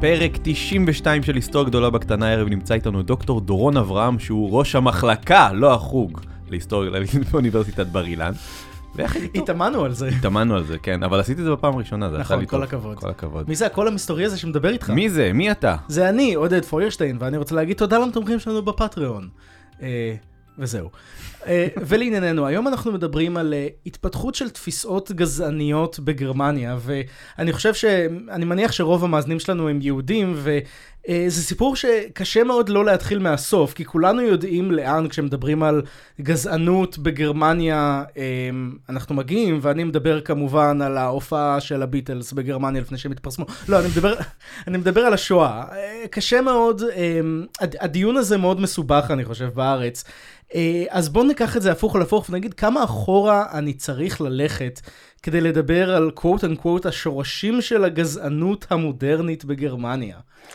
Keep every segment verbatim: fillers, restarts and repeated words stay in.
פרק תשעים ושתיים של היסטוריה גדולה בקטנה. הערב נמצא איתנו דוקטור דורון אברהם, שהוא ראש המחלקה, לא החוג, להיסטוריה גללית באוניברסיטת בר אילן. התאמנו על זה. התאמנו על זה, כן, אבל עשיתי את זה בפעם הראשונה. נכון, כל הכבוד. כל הכבוד. מי זה הקול המסתורי הזה שמדבר איתך? מי זה? מי אתה? זה אני, עודד פוירשטיין, ואני רוצה להגיד תודה לתומכים שלנו בפטריון. וזהו. ולענייננו, היום אנחנו מדברים על התפתחות של תפיסות גזעניות בגרמניה, ואני חושב ש... אני מניח שרוב המאזינים שלנו הם יהודים, וזה סיפור שקשה מאוד לא להתחיל מהסוף, כי כולנו יודעים לאן כשמדברים על גזענות בגרמניה אנחנו מגיעים, ואני מדבר כמובן על ההופעה של הביטלס בגרמניה לפני שהם התפרסמו. לא, אני מדבר, אני מדבר על השואה. קשה מאוד, הדיון הזה מאוד מסובך, אני חושב, בארץ. אז בואו ניקח את זה הפוך על הפוך ונגיד כמה אחורה אני צריך ללכת כדי לדבר על קוואט אנקוואט השורשים של הגזענות המודרנית בגרמניה.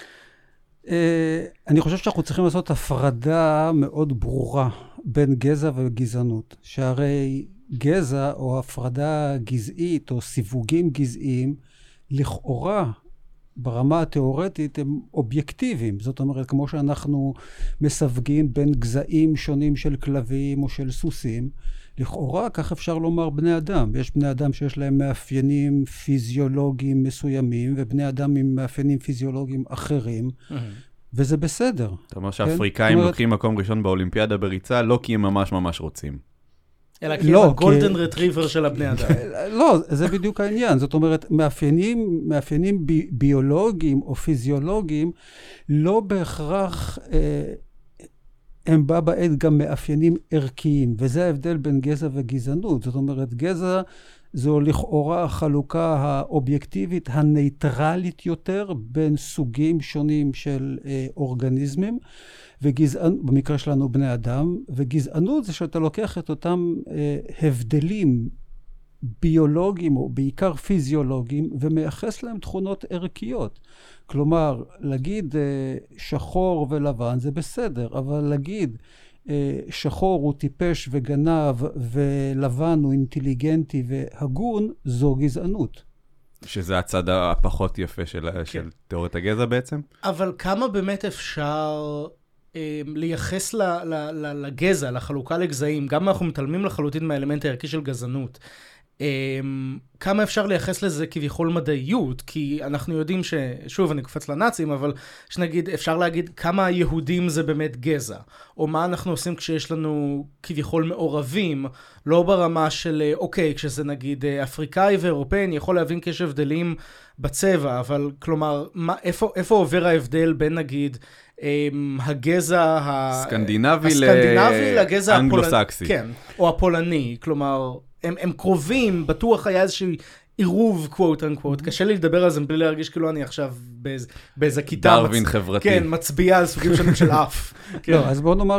אני חושב שאנחנו צריכים לעשות הפרדה מאוד ברורה בין גזע וגזענות, שהרי גזע או הפרדה גזעית או סיווגים גזעיים לכאורה ברמה התיאורטית הם אובייקטיביים. זאת אומרת, כמו שאנחנו מסווגים בין גזעים שונים של כלבים או של סוסים, לכאורה כך אפשר לומר בני אדם. יש בני אדם שיש להם מאפיינים פיזיולוגיים מסוימים, ובני אדם עם מאפיינים פיזיולוגיים אחרים, וזה בסדר. זאת אומרת שהאפריקאים לוקחים מקום ראשון באולימפיאדה בריצה, לא כי הם ממש ממש רוצים. אלא כי הם הגולדן רטריבר של הבני אדם. לא, זה בדיוק העניין. זאת אומרת, מאפיינים, מאפיינים בי, ביולוגיים או פיזיולוגיים, לא בהכרח אה, הם בא בעת גם מאפיינים ערכיים, וזה ההבדל בין גזע וגזענות. זאת אומרת, גזע זו לכאורה החלוקה האובייקטיבית, הנייטרלית יותר, בין סוגים שונים של אה, אורגניזמים, וגזענות, במקרה שלנו בני אדם, וגזענות זה שאתה לוקח את אותם אה, הבדלים ביולוגיים או בעיקר פיזיולוגיים ומייחס להם תכונות ערכיות. כלומר, להגיד אה, שחור ולבן זה בסדר, אבל להגיד אה, שחור הוא טיפש וגנב ולבן הוא אינטליגנטי והגון, זו גזענות. שזה הצד הפחות יפה של, כן. של תיאוריית הגזע בעצם? אבל כמה באמת אפשר לייחס ל, ל, ל, לגזע, לחלוקה לגזעים, גם אנחנו מתעלמים לחלוטין מהאלמנט הערכי של גזענות, כמה אפשר לייחס לזה כביכול מדעיות, כי אנחנו יודעים ש... שוב, אני קופץ לנאצים, אבל שנגיד, אפשר להגיד כמה יהודים זה באמת גזע, או מה אנחנו עושים כשיש לנו כביכול מעורבים, לא ברמה של, אוקיי, כשזה נגיד אפריקאי ואירופאי, אני יכול להבין כי יש הבדלים בצבע, אבל כלומר, מה, איפה, איפה עובר ההבדל בין נגיד, הגזע הסקנדינבי, הסקנדינבי לגזע האנגלו-סקסי. כן, או הפולני, כלומר, הם, הם קרובים, בטוח היה איזשהו עירוב, קוואט אנקוואט. קשה לי לדבר על זה בלי להרגיש כאילו אני עכשיו באיז, באיזה כיתה. דרווין מצ... חברתי. כן, מצביעה על סוגים שונים של אף. כן. לא, אז בואו נאמר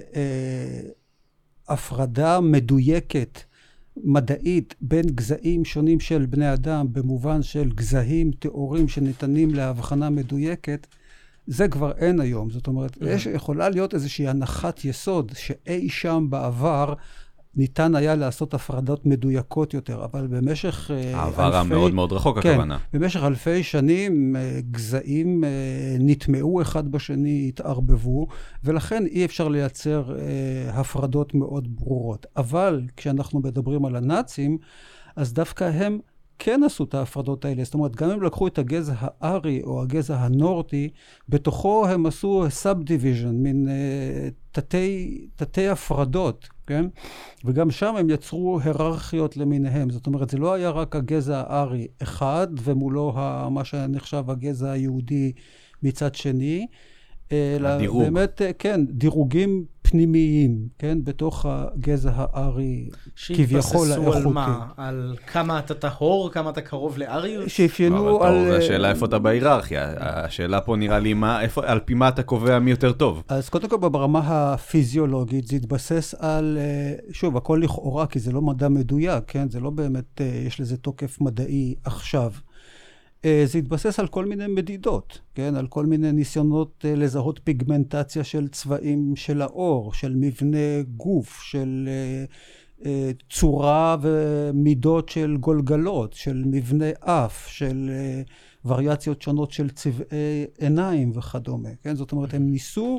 שהפרדה מדויקת, מדעית, בין גזעים שונים של בני אדם, במובן של גזעים תיאורים שניתנים להבחנה מדויקת, זה כבר אין היום. זאת אומרת, יש, יכולה להיות איזושהי הנחת יסוד שאי שם בעבר ניתן היה לעשות הפרדות מדויקות יותר, אבל במשך העבר המאוד מאוד רחוק הכוונה. כן, במשך אלפי שנים גזעים נטמעו אחד בשני, התערבבו, ולכן אי אפשר לייצר הפרדות מאוד ברורות. אבל כשאנחנו מדברים על הנאצים, אז דווקא הם כן עשו את ההפרדות האלה. זאת אומרת, גם אם לקחו את הגזע הארי או הגזע הנורדי, בתוכו הם עשו subdivision, מין uh, תתי, תתי הפרדות, כן? וגם שם הם יצרו היררכיות למיניהם. זאת אומרת, זה לא היה רק הגזע הארי אחד, ומולו ה, מה שנחשב הגזע היהודי מצד שני, הדירוג. באמת, כן, דירוגים פנימיים, כן, בתוך הגזע הארי, כביכול האיכותי. שהתבססו על מה? על כמה אתה טהור, כמה אתה קרוב לאריות? שאפיינו על... זה השאלה איפה אתה בהיררכיה. השאלה פה נראה לי מה, איפה, על פי מה אתה קובע מי יותר טוב. אז קודם כל ברמה הפיזיולוגית, זה התבסס על, שוב, הכל לכאורה, כי זה לא מדע מדויק, כן? זה לא באמת, יש לזה תוקף מדעי עכשיו. זה התבסס על כל מיני מדידות, כן? על כל מיני ניסיונות לזהות פיגמנטציה של צבעים של האור, של מבנה גוף, של צורה ומידות של גולגלות, של מבנה אף, של וריאציות שונות של צבעי עיניים וכדומה. כן? זאת אומרת, הם ניסו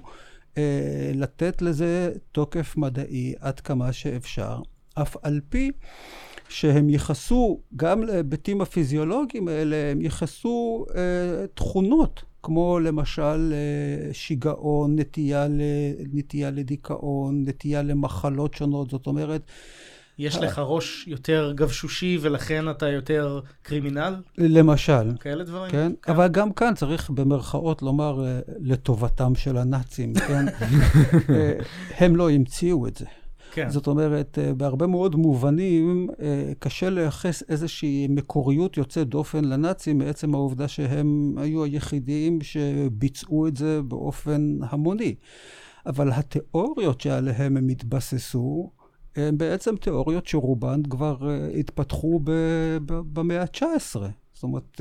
לתת לזה תוקף מדעי עד כמה שאפשר, אף על פי שהם ייחסו, גם להיבטים הפיזיולוגיים האלה, הם ייחסו אה, תכונות, כמו למשל אה, שיגעון, נטייה, ל, נטייה לדיכאון, נטייה למחלות שונות, זאת אומרת... יש לך ראש יותר גבשושי ולכן אתה יותר קרימינל? למשל. כאלה דברים? כן, כן. אבל גם כאן צריך במרכאות לומר אה, לטובתם של הנאצים, כן? אה, הם לא המציאו את זה. כן. זאת אומרת, בהרבה מאוד מובנים, קשה לייחס איזושהי מקוריות יוצאת דופן לנאצים, מעצם העובדה שהם היו היחידים שביצעו את זה באופן המוני. אבל התיאוריות שעליהם הם התבססו, הן בעצם תיאוריות שרובן כבר התפתחו במאה ה-תשע עשרה. זאת אומרת,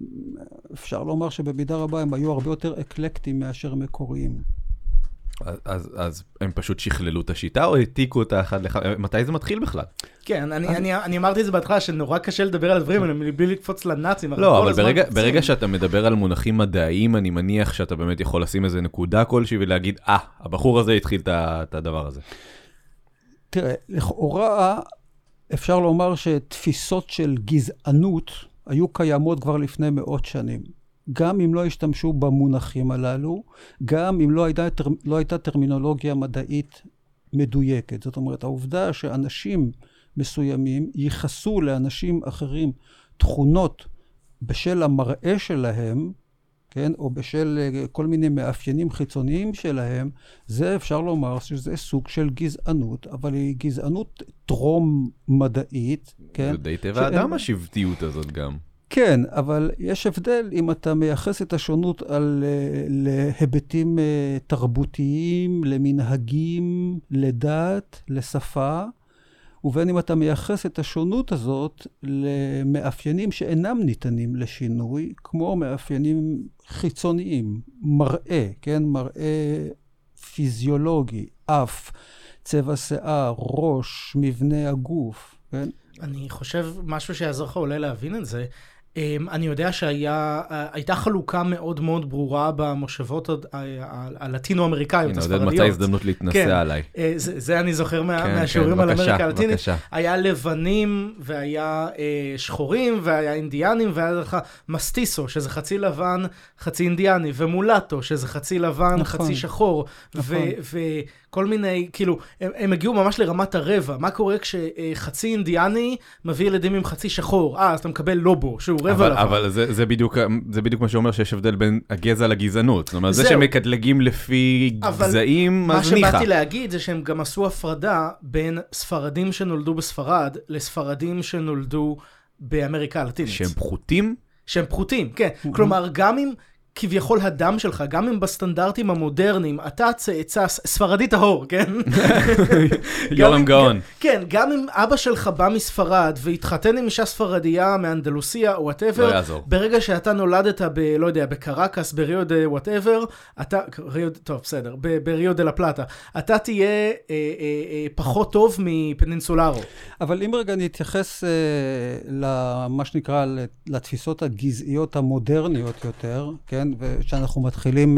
אפשר לומר שבמידה רבה הם היו הרבה יותר אקלקטיים מאשר מקוריים. אז, אז הם פשוט שכללו את השיטה או העתיקו אותה אחד לאחד? מתי זה מתחיל בכלל? כן, אני, אז... אני, אני אמרתי את זה בהתחלה שנורא קשה לדבר על הדברים, אני בלי לקפוץ לנאצים. לא, אבל ברגע, ברגע שאתה מדבר על מונחים מדעיים, אני מניח שאתה באמת יכול לשים איזה נקודה כלשהי ולהגיד, אה, הבחור הזה התחיל את הדבר הזה. תראה, לכאורה אפשר לומר שתפיסות של גזענות היו קיימות כבר לפני מאות שנים. גם אם לא השתמשו במונחים הללו, גם אם לא הייתה, לא הייתה טרמינולוגיה מדעית מדויקת. זאת אומרת, העובדה שאנשים מסוימים ייחסו לאנשים אחרים תכונות בשל המראה שלהם, כן, או בשל כל מיני מאפיינים חיצוניים שלהם, זה אפשר לומר שזה סוג של גזענות, אבל היא גזענות טרום מדעית. כן, זה די טבע האדם השבטיות הזאת גם. כן, אבל יש הבדל אם אתה מייחס את השונות על, להיבטים תרבותיים, למנהגים, לדת, לשפה, ובין אם אתה מייחס את השונות הזאת למאפיינים שאינם ניתנים לשינוי, כמו מאפיינים חיצוניים, מראה, כן? מראה פיזיולוגי, אף, צבע שיער, ראש, מבנה הגוף, כן? אני חושב משהו שיעזור לך אולי להבין את זה. אני יודע שהייתה חלוקה מאוד מאוד ברורה במושבות הלטינו-אמריקאיות, הספרדיות. הנה, עוד מצא הזדמנות להתנסה עליי. זה אני זוכר מהשיעורים על אמריקה הלטינית. היה לבנים, והיה שחורים, והיה אינדיאנים, והיה לך מסטיסו, שזה חצי לבן, חצי אינדיאני, ומולטו, שזה חצי לבן, חצי שחור, וכל מיני, כאילו, הם הגיעו ממש לרמת הרבע. מה קורה כשחצי אינדיאני מביא ילדים עם חצי שחור? אה, אז אתה מקבל לובו, שהוא רבע לבן. אבל זה, זה בדיוק, זה בדיוק מה שאומר שיש הבדל בין הגזע לגזענות. זאת אומרת, זה שמקטלגים לפי גזעים, אז ניחא. מה שבאתי להגיד זה שהם גם עשו הפרדה בין ספרדים שנולדו בספרד, לספרדים שנולדו באמריקה הלטינית. שהם פחותים? שהם פחותים, כן. כלומר, גם אם כביכול הדם שלך, גם אם בסטנדרטים המודרניים, אתה צאצא ספרדי טהור, כן? יורם גאון. כן, גם אם אבא שלך בא מספרד, והתחתן עם אישה ספרדיה, מאנדלוסיה, או whatever, לא יעזור. ברגע שאתה נולדת ב, לא יודע, בקרקס, בריו דה whatever, אתה, ריו, טוב, בסדר, בריו דה לה פלטה, אתה תהיה אה, אה, אה, פחות טוב מפנינסולרו. אבל אם רגע נתייחס אה, למה שנקרא, לתפיסות הגזעיות המודרניות יותר, כן? ושאנחנו מתחילים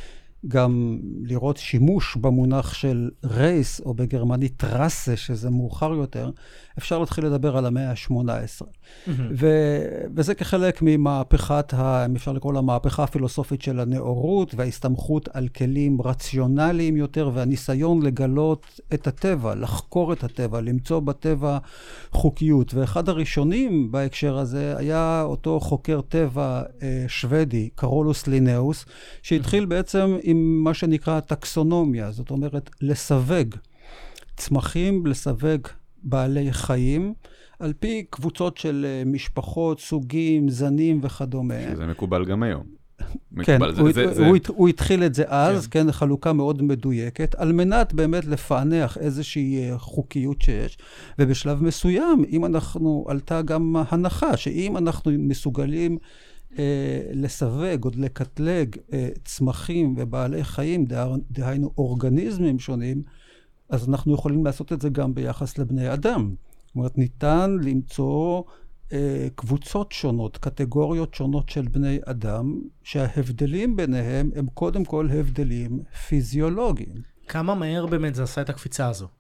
גם לראות שימוש במונח של רייס, או בגרמנית רסה, שזה מאוחר יותר, אפשר להתחיל לדבר על המאה ה-שמונה עשרה. ו- וזה כחלק ממהפכת, ה- אם אפשר לקרוא לה מהפכה הפילוסופית של הנאורות, וההסתמכות על כלים רציונליים יותר, והניסיון לגלות את הטבע, לחקור את הטבע, למצוא בטבע חוקיות. ואחד הראשונים בהקשר הזה היה אותו חוקר טבע אה, שוודי, קרולוס לינאוס, שהתחיל בעצם עם מה שנקרא טקסונומיה, זאת אומרת לסווג צמחים, לסווג בעלי חיים, על פי קבוצות של משפחות, סוגים, זנים וכדומה. שזה מקובל גם היום. כן, הוא, זה, הוא, זה... הוא, הוא התחיל את זה אז, כן. כן, חלוקה מאוד מדויקת, על מנת באמת לפענח איזושהי חוקיות שיש, ובשלב מסוים, אם אנחנו, עלתה גם הנחה, שאם אנחנו מסוגלים אה, לסווג, עוד לקטלג אה, צמחים ובעלי חיים, דה, דהיינו אורגניזמים שונים, אז אנחנו יכולים לעשות את זה גם ביחס לבני אדם. זאת אומרת, ניתן למצוא אה, קבוצות שונות, קטגוריות שונות של בני אדם, שההבדלים ביניהם הם קודם כל הבדלים פיזיולוגיים. כמה מהר באמת זה עשה את הקפיצה הזו?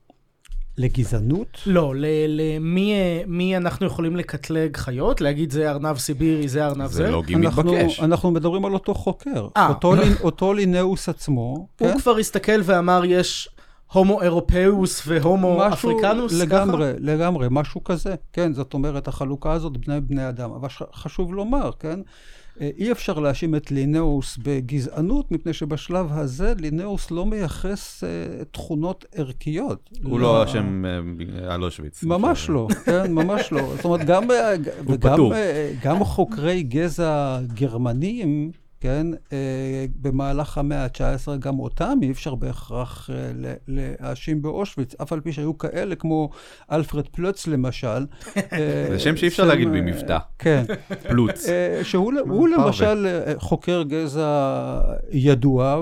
לגזענות? לא, למי מי אנחנו יכולים לקטלג חיות? להגיד זה ארנב סיבירי, זה ארנב זה? זה לוגי אנחנו, מתבקש. אנחנו מדברים על אותו חוקר. 아. אותו, לינ, אותו לינאוס עצמו. הוא כן? כבר הסתכל ואמר יש הומו אירופאוס והומו משהו אפריקנוס? לגמרי, ככה? לגמרי, משהו כזה. כן, זאת אומרת, החלוקה הזאת בני בני אדם. אבל חשוב לומר, כן? אי אפשר להאשים את לינאוס בגזענות, מפני שבשלב הזה לינאוס לא מייחס אה, תכונות ערכיות. הוא לא אשם על אושוויץ. ממש לא, כן, ממש לא. זאת אומרת, גם, וגם, גם חוקרי גזע גרמנים, כן, במהלך המאה ה-תשע עשרה, גם אותם אי אפשר בהכרח להאשים באושוויץ, אף על פי שהיו כאלה כמו אלפרד פלוץ למשל. זה שם שאי אפשר להגיד במבטא. כן. פלוץ. שהוא למשל חוקר גזע ידוע,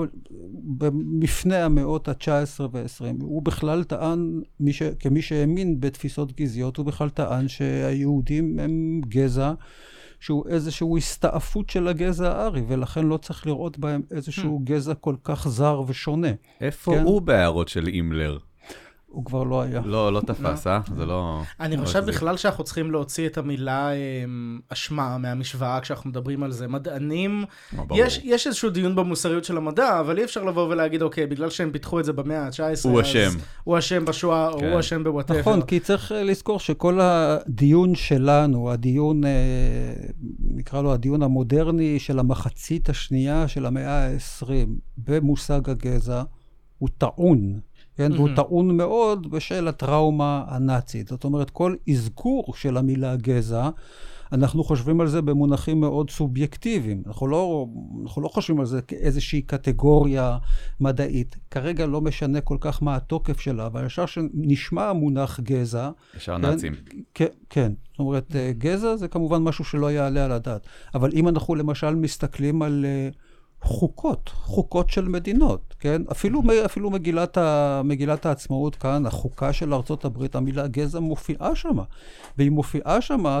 במפנה המאות ה-תשע עשרה ו-עשרים. הוא בכלל טען, כמי שהאמין בתפיסות גזעיות, הוא בכלל טען שהיהודים הם גזע, שהוא איזשהו הסתעפות של הגזע הארי, ולכן לא צריך לראות בהם איזשהו גזע כל כך זר ושונה. איפה כן? הוא בהערות של אימלר? הוא כבר לא היה. לא, לא תפס, אה? זה לא... אני חושב בכלל שאנחנו צריכים להוציא את המילה אשמה מהמשוואה כשאנחנו מדברים על זה. מדענים, יש, יש איזשהו דיון במוסריות של המדע, אבל אי אפשר לבוא ולהגיד, אוקיי, בגלל שהם פיתחו את זה במאה ה-תשע עשרה, הוא אשם. הוא אשם בשואה, או הוא אשם בוואטאבר. נכון, כי צריך לזכור שכל הדיון שלנו, הדיון, נקרא לו הדיון המודרני של המחצית השנייה של המאה ה-עשרים, במושג הגזע, הוא טעון. כן, והוא טעון מאוד בשל הטראומה הנאצית. זאת אומרת, כל אזכור של המילה גזע, אנחנו חושבים על זה במונחים מאוד סובייקטיביים. אנחנו לא, אנחנו לא חושבים על זה כאיזושהי קטגוריה מדעית. כרגע לא משנה כל כך מה התוקף שלה, אבל ישר שנשמע המונח גזע... ישר כן, נאצים. כן, כן. זאת אומרת, גזע זה כמובן משהו שלא יעלה על הדעת. אבל אם אנחנו למשל מסתכלים על... חוקות, חוקות של מדינות, כן? אפילו, אפילו מגילת, ה, מגילת העצמאות כאן, החוקה של ארצות הברית, המילה גזע מופיעה שמה, והיא מופיעה שמה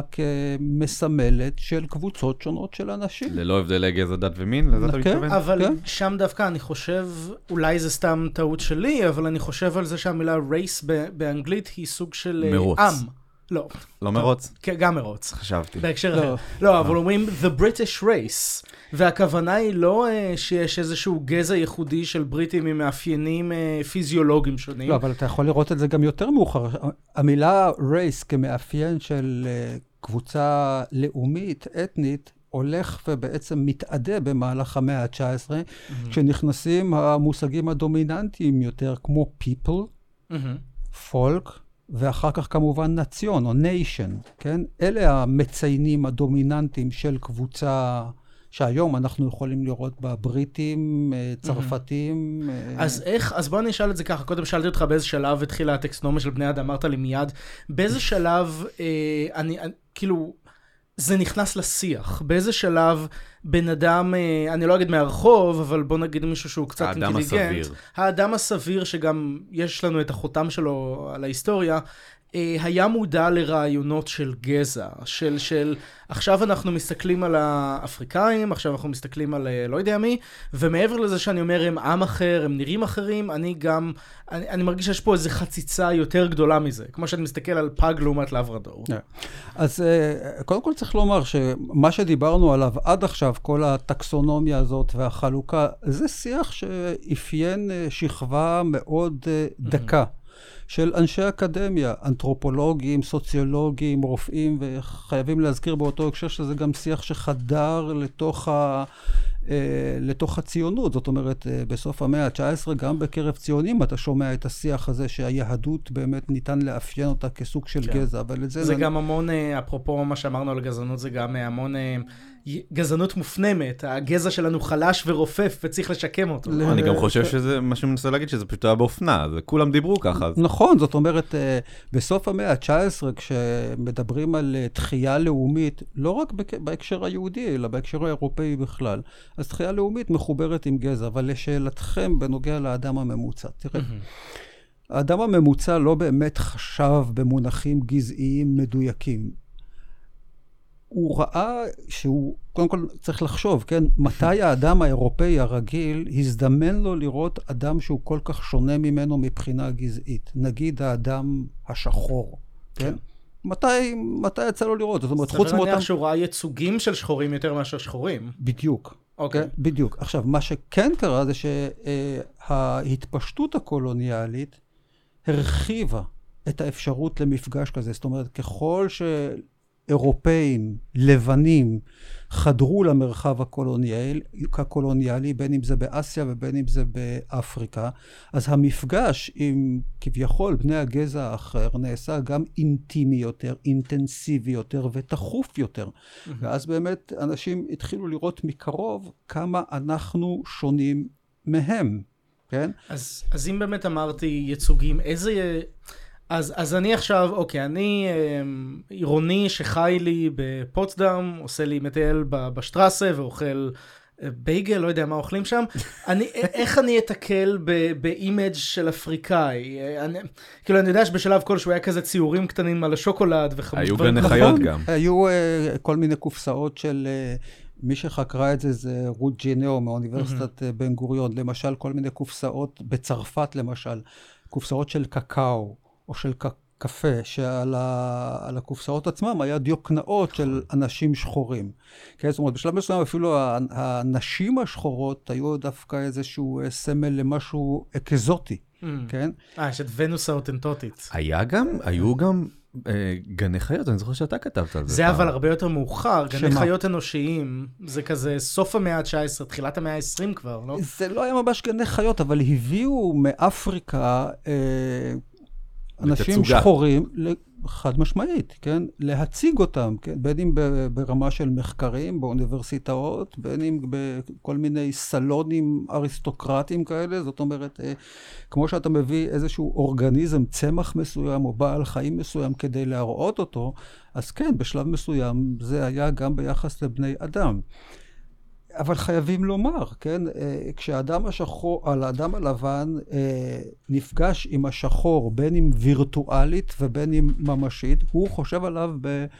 כמסמלת של קבוצות שונות של אנשים. ללא הבדלי גזע, דת ומין, לזה אתה מתכוון? אבל כן? שם דווקא אני חושב, אולי זה סתם טעות שלי, אבל אני חושב על זה שהמילה race באנגלית היא סוג של מרוץ. עם. לא. לא מרוץ? כן, גם מרוץ. חשבתי. בהקשר אחר. לא, אבל אומרים the British race, והכוונה היא לא שיש איזשהו גזע ייחודי של בריטים עם מאפיינים פיזיולוגיים שונים. לא, אבל אתה יכול לראות את זה גם יותר מאוחר. המילה race כמאפיין של קבוצה לאומית, אתנית, הולך ובעצם מתעדה במהלך המאה ה-תשע עשרה, כשנכנסים המושגים הדומיננטיים יותר, כמו people, folk, ואחר כך כמובן נציון או ניישן, כן? אלה המציינים הדומיננטיים של קבוצה שהיום אנחנו יכולים לראות בבריטים, צרפתים. אז איך, אז בוא נשאל את זה ככה, קודם שאלתי אותך באיזה שלב התחילה הטקסטונומיה של בני אדם, אמרת לי מיד, באיזה שלב, אה, אני, אני, כאילו, זה נכנס לשיח, באיזה שלב בן אדם, אני לא אגיד מהרחוב, אבל בוא נגיד מישהו שהוא קצת האדם אינטליגנט. הסביר. האדם הסביר, שגם יש לנו את החותם שלו על ההיסטוריה, היה מודע לרעיונות של גזע, של, של, עכשיו אנחנו מסתכלים על האפריקאים, עכשיו אנחנו מסתכלים על לא יודע מי, ומעבר לזה שאני אומר, הם עם אחר, הם נראים אחרים, אני גם, אני, אני מרגיש שיש פה איזו חציצה יותר גדולה מזה, כמו שאני מסתכל על פג לעומת לברדור. אז קודם כל צריך לומר שמה שדיברנו עליו עד עכשיו, כל הטקסונומיה הזאת והחלוקה, זה שיח שאפיין שכבה מאוד דקה. של אנשי אקדמיה, אנתרופולוגים, סוציולוגים, רופאים, וחייבים להזכיר באותו הקשר שזה גם שיח שחדר לתוך, ה, לתוך הציונות. זאת אומרת, בסוף המאה ה-תשע עשרה, גם בקרב ציונים, אתה שומע את השיח הזה שהיהדות באמת ניתן לאפיין אותה כסוג של כן. גזע. אבל זה, זה אני... גם המון, אפרופו מה שאמרנו על גזענות, זה גם המון... גזענות מופנמת, הגזע שלנו חלש ורופף וצריך לשקם אותו. אני גם חושב שזה, מה שמנסה להגיד, שזה פשוט היה באופנה, כולם דיברו ככה. נכון, זאת אומרת, בסוף המאה ה-תשע עשרה, כשמדברים על תחייה לאומית, לא רק בהקשר היהודי, אלא בהקשר האירופאי בכלל, אז תחייה לאומית מחוברת עם גזע, אבל לשאלתכם בנוגע לאדם הממוצע. תראה, האדם הממוצע לא באמת חשב במונחים גזעיים מדויקים. הוא ראה שהוא, קודם כל צריך לחשוב, כן, מתי האדם האירופאי הרגיל הזדמן לו לראות אדם שהוא כל כך שונה ממנו מבחינה גזעית. נגיד האדם השחור, כן? מתי, מתי יצא לו לראות? זאת אומרת, חוץ מאותם... מאותם... שהוא ראה ייצוגים של שחורים יותר מאשר שחורים. בדיוק. אוקיי. כן? בדיוק. עכשיו, מה שכן קרה זה שההתפשטות הקולוניאלית הרחיבה את האפשרות למפגש כזה. זאת אומרת, ככל שאירופאים, לבנים, חדרו למרחב הקולוניאל, הקולוניאלי, בין אם זה באסיה ובין אם זה באפריקה, אז המפגש עם כביכול בני הגזע האחר נעשה גם אינטימי יותר, אינטנסיבי יותר ותחוף יותר. Mm-hmm. ואז באמת אנשים התחילו לראות מקרוב כמה אנחנו שונים מהם, כן? אז, אז אם באמת אמרתי ייצוגים, איזה... אז, אז אני עכשיו, אוקיי, אני אה, עירוני שחי לי בפוטסדם, עושה לי מטייל בשטרסה ואוכל אה, בייגל, לא יודע מה אוכלים שם. אני, איך אני אתקל באימג' של אפריקאי? אני, כאילו, אני יודע שבשלב כלשהו היה כזה ציורים קטנים על השוקולד וחמוש היו גני חיות גם. היו אה, כל מיני קופסאות של... אה, מי שחקרה את זה זה רות ג'ינאו מאוניברסיטת mm-hmm. בן גוריון. למשל, כל מיני קופסאות בצרפת, למשל, קופסאות של קקאו. או של קפה, שעל ה... על הקופסאות עצמם היה דיוקנאות של אנשים שחורים. כן, זאת אומרת, בשלב מסוים אפילו הנשים השחורות היו דווקא איזשהו סמל למשהו אקזוטי, mm. כן? אה, יש את ונוס האותנטוטית. היה גם, היו גם אה, גני חיות, אני זוכר שאתה כתבת על זה. זה אבל הרבה יותר מאוחר, גני חיות אנושיים, זה כזה סוף המאה ה-תשע עשרה, תחילת המאה ה-עשרים כבר, לא? זה לא היה ממש גני חיות, אבל הביאו מאפריקה... אה, אנשים בתצוגה. שחורים, חד משמעית, כן? להציג אותם, כן? בין אם ברמה של מחקרים באוניברסיטאות, בין אם בכל מיני סלונים אריסטוקרטיים כאלה, זאת אומרת, כמו שאתה מביא איזשהו אורגניזם, צמח מסוים או בעל חיים מסוים כדי להראות אותו, אז כן, בשלב מסוים זה היה גם ביחס לבני אדם. אבל חייבים לומר, כן, כשהאדם השחור, על האדם הלבן נפגש עם השחור, בין אם וירטואלית ובין אם ממשית, הוא חושב עליו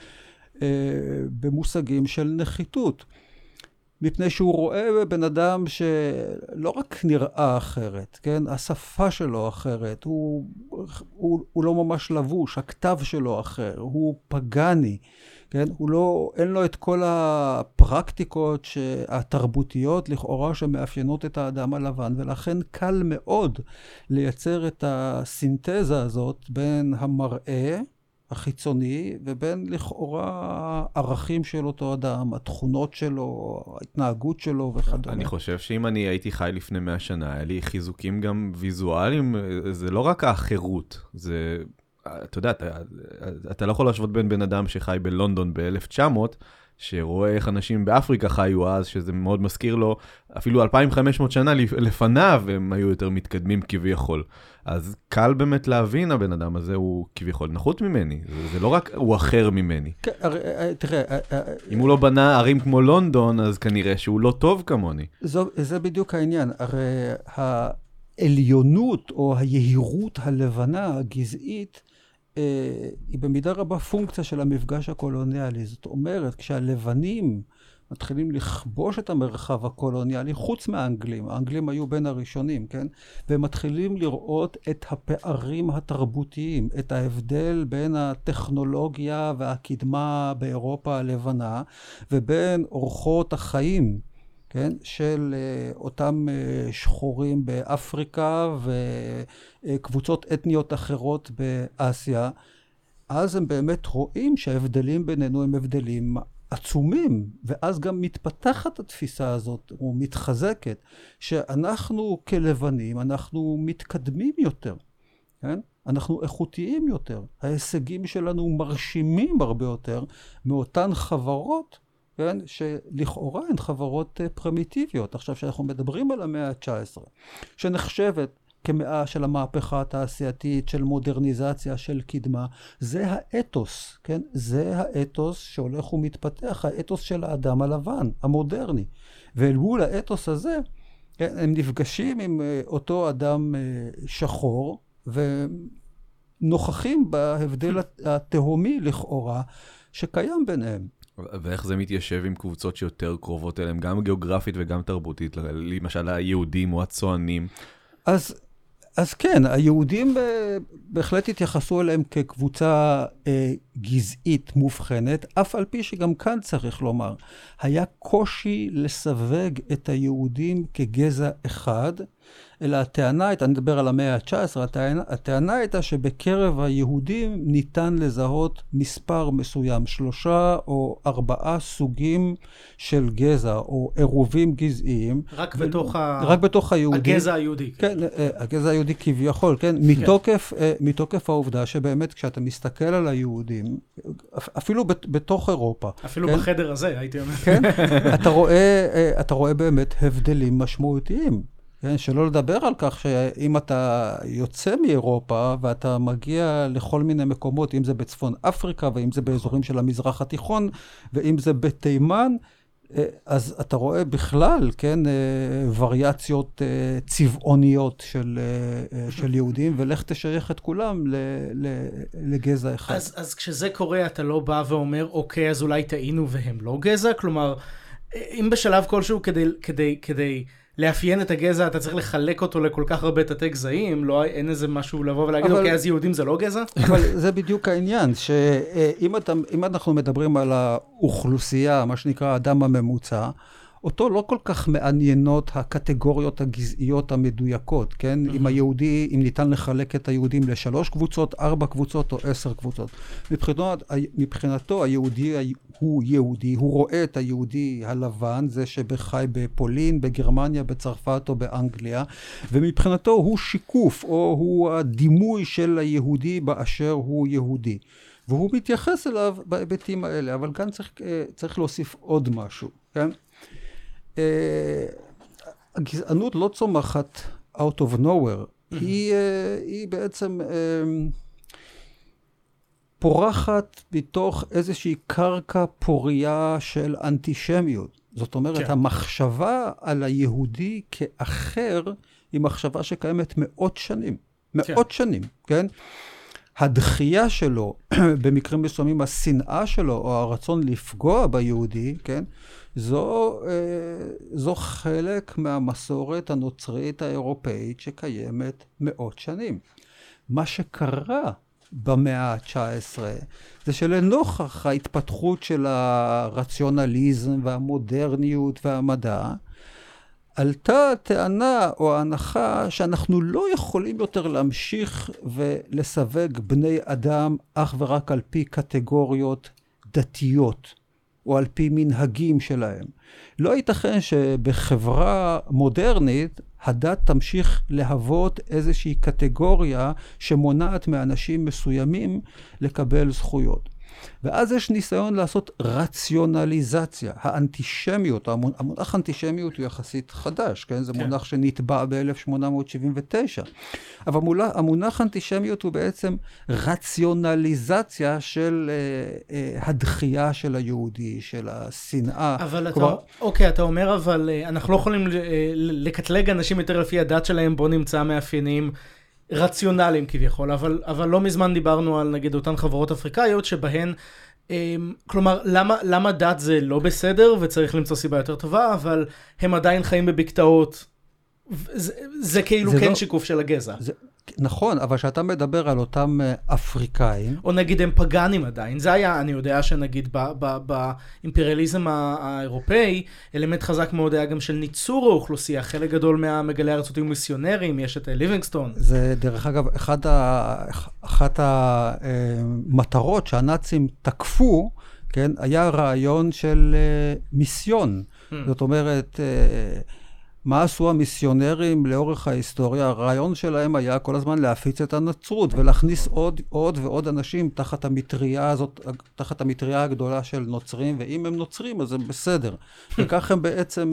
במושגים של נחיתות. מפני שהוא רואה בן אדם שלא רק נראה אחרת, כן, השפה שלו אחרת, הוא, הוא, הוא לא ממש לבוש, הכתב שלו אחר, הוא פגני, כן, הוא לא, אין לו את כל הפרקטיקות התרבותיות לכאורה שמאפיינות את האדם הלבן, ולכן קל מאוד לייצר את הסינתזה הזאת בין המראה, החיצוני, ובין לכאורה הערכים של אותו אדם, התכונות שלו, ההתנהגות שלו וכדומה. אני חושב שאם אני הייתי חי לפני מאה שנה, היה לי חיזוקים גם ויזואליים, זה לא רק החירות, זה, אתה יודע, אתה, אתה לא יכול להשוות בין בן אדם שחי בלונדון ב-אלף תשע מאות, שרואה איך אנשים באפריקה חיו אז, שזה מאוד מזכיר לו, אפילו אלפיים וחמש מאות שנה לפניו הם היו יותר מתקדמים כביכול. אז קל באמת להבין הבן אדם הזה הוא כביכול נחות ממני. זה, זה לא רק הוא אחר ממני. כן, תראה... אם הוא לא בנה ערים כמו לונדון, אז כנראה שהוא לא טוב כמוני. זו, זה בדיוק העניין. הרי העליונות או היהירות הלבנה, הגזעית, היא במידה רבה פונקציה של המפגש הקולוניאלי. זאת אומרת, כשהלבנים מתחילים לכבוש את המרחב הקולוניאלי, חוץ מהאנגלים, האנגלים היו בין הראשונים, כן? והם מתחילים לראות את הפערים התרבותיים, את ההבדל בין הטכנולוגיה והקדמה באירופה הלבנה, ובין אורחות החיים, כן? של uh, אותם uh, שחורים באפריקה וקבוצות אתניות אחרות באסיה, אז הם באמת רואים שההבדלים בינינו הם הבדלים עצומים, ואז גם מתפתחת התפיסה הזאת, או מתחזקת, שאנחנו כלבנים, אנחנו מתקדמים יותר, כן? אנחנו איכותיים יותר, ההישגים שלנו מרשימים הרבה יותר מאותן חברות, כן? שלכאורה הן חברות פרימיטיביות. עכשיו שאנחנו מדברים על המאה ה-תשע עשרה, שנחשבת כמאה של המהפכה התעשייתית, של מודרניזציה, של קדמה, זה האתוס, כן? זה האתוס שהולך ומתפתח, האתוס של האדם הלבן, המודרני. ואל מול האתוס הזה, כן, הם נפגשים עם אותו אדם שחור, ונוכחים בהבדל התהומי לכאורה שקיים ביניהם. ואיך זה מתיישב עם קבוצות שיותר קרובות אליהם, גם גיאוגרפית וגם תרבותית, למשל היהודים או הצוענים? אז, אז כן, היהודים בהחלט התייחסו אליהם כקבוצה אה, גזעית מובחנת, אף על פי שגם כאן צריך לומר, היה קושי לסווג את היהודים כגזע אחד, אלא הטענה הייתה, אני מדבר על המאה ה-תשע עשרה, הטענה, הטענה הייתה שבקרב היהודים ניתן לזהות מספר מסוים, שלושה או ארבעה סוגים של גזע, או עירובים גזעיים. רק ו... בתוך, ה... רק בתוך היהודים. הגזע היהודי. כן, כן, הגזע היהודי כביכול, כן, כן. מתוקף, מתוקף העובדה שבאמת כשאתה מסתכל על היהודים, אפילו בתוך אירופה. אפילו כן? בחדר הזה, הייתי אומר. כן, אתה רואה, אתה רואה באמת הבדלים משמעותיים. כן, שלא לדבר על כך שאם אתה יוצא מאירופה ואתה מגיע לכל מיני מקומות, אם זה בצפון אפריקה ואם זה באזורים של המזרח התיכון ואם זה בתימן, אז אתה רואה בכלל, כן, וריאציות צבעוניות של, של יהודים, ולך תשייך את כולם לגזע אחד. אז, אז כשזה קורה, אתה לא בא ואומר, אוקיי, אז אולי טעינו והם לא גזע? כלומר, אם בשלב כלשהו כדי, כדי, כדי לאפיין את הגזע, אתה צריך לחלק אותו לכל כך הרבה תתי גזעים, לא, אין איזה משהו לבוא ולהגיד, אבל, אוקיי, אז יהודים זה לא גזע? אבל זה בדיוק העניין, שאם אתה, אם אנחנו מדברים על האוכלוסייה, מה שנקרא האדם הממוצע, אותו לא כל כך מעניינות הקטגוריות הגזעיות המדויקות, כן? Mm-hmm. אם היהודי, אם ניתן לחלק את היהודים לשלוש קבוצות, ארבע קבוצות או עשר קבוצות. מבחינתו, מבחינתו היהודי הוא יהודי, הוא רואה את היהודי הלבן, זה שבחי בפולין, בגרמניה, בצרפת או באנגליה, ומבחינתו הוא שיקוף, או הוא הדימוי של היהודי באשר הוא יהודי. והוא מתייחס אליו בהיבטים האלה, אבל כאן צריך, צריך להוסיף עוד משהו, כן? Uh, הגזענות לא צומחת out of nowhere, mm-hmm. היא, uh, היא בעצם uh, פורחת בתוך איזושהי קרקע פוריה של אנטישמיות. זאת אומרת, כן. המחשבה על היהודי כאחר היא מחשבה שקיימת מאות שנים. מאות כן. שנים, כן? הדחייה שלו, במקרים מסוימים השנאה שלו, או הרצון לפגוע ביהודי, כן? זו, זו חלק מהמסורת הנוצרית האירופאית שקיימת מאות שנים. מה שקרה במאה ה-תשע עשרה זה שלנוכח ההתפתחות של הרציונליזם והמודרניות והמדע, עלתה טענה או ההנחה שאנחנו לא יכולים יותר להמשיך ולסווג בני אדם אך ורק על פי קטגוריות דתיות, או על פי מנהגים שלהם. לא ייתכן שבחברה מודרנית הדת תמשיך להוות איזושהי קטגוריה שמונעת מאנשים מסוימים לקבל זכויות. ואז יש ניסיון לעשות רציונליזציה. האנטישמיות, המונח אנטישמיות הוא יחסית חדש, כן? זה כן. מונח שנטבע ב-אלף שמונה מאות שבעים ותשע. אבל המונח, המונח אנטישמיות הוא בעצם רציונליזציה של אה, אה, הדחייה של היהודי, של השנאה. אבל כבר... אתה, אוקיי, אתה אומר, אבל אנחנו לא יכולים לקטלג אנשים יותר לפי הדת שלהם, בו נמצא מאפיינים רציונליים כביכול, אבל, אבל לא מזמן דיברנו על נגיד אותן חברות אפריקאיות שבהן, הם, כלומר, למה, למה דת זה לא בסדר וצריך למצוא סיבה יותר טובה, אבל הם עדיין חיים בבקתאות, זה, זה כאילו זה כן לא, שיקוף של הגזע. זה, נכון, אבל שאתה מדבר על אותם אפריקאים, או נגיד הם פגנים עדיין, זה היה, אני יודע שנגיד באימפריאליזם האירופאי, אלמנט חזק מאוד היה גם של ניצור האוכלוסייה, חלק גדול מהמגלי הארצות היו מיסיונרים, יש את ליבינגסטון. זה דרך אגב, אחד ה, אחת המטרות שהנאצים תקפו, כן, היה רעיון של מיסיון, hmm. זאת אומרת, מה עשו המיסיונרים לאורך ההיסטוריה? הרעיון שלהם היה כל הזמן להפיץ את הנצרות ולהכניס עוד, עוד ועוד אנשים תחת המטריה הזאת, תחת המטריה הגדולה של נוצרים, ואם הם נוצרים אז הם בסדר. וכך הם בעצם...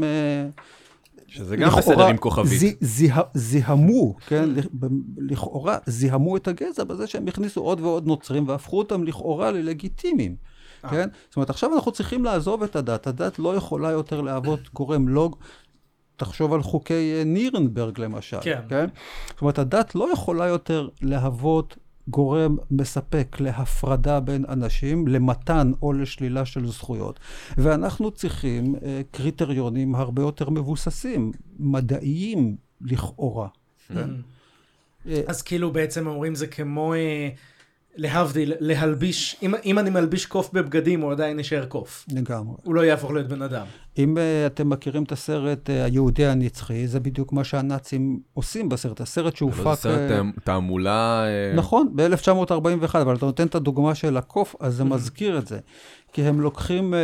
שזה גם בסדר עם כוכבית. זיהמו, כן? לכאורה זיהמו את הגזע בזה שהם הכניסו עוד ועוד נוצרים והפכו אותם לכאורה ללגיטימיים. כן? זאת אומרת, עכשיו אנחנו צריכים לעזוב את הדת. הדת לא יכולה יותר להוות גורם לוג, תחשוב על חוקי נירנברג למשל. כן. כן? זאת אומרת, הדת לא יכולה יותר להוות גורם מספק להפרדה בין אנשים, למתן או לשלילה של זכויות. ואנחנו צריכים אה, קריטריונים הרבה יותר מבוססים, מדעיים לכאורה. כן? אז כאילו בעצם אומרים זה כמו אה, להבדיל, להלביש, אם, אם אני מלביש קוף בבגדים הוא עדיין נשאר קוף. לגמרי. הוא לא יהפוך להיות בן אדם. אם uh, אתם מכירים את הסרט uh, היהודי הנצחי, זה בדיוק מה שהנאצים עושים בסרט. הסרט שהופק... זה סרט uh, תעמולה... Uh... נכון, ב-אלף תשע מאות ארבעים ואחת, אבל אתה נותן את הדוגמה של הקוף, אז זה מזכיר את זה. כי הם לוקחים, uh,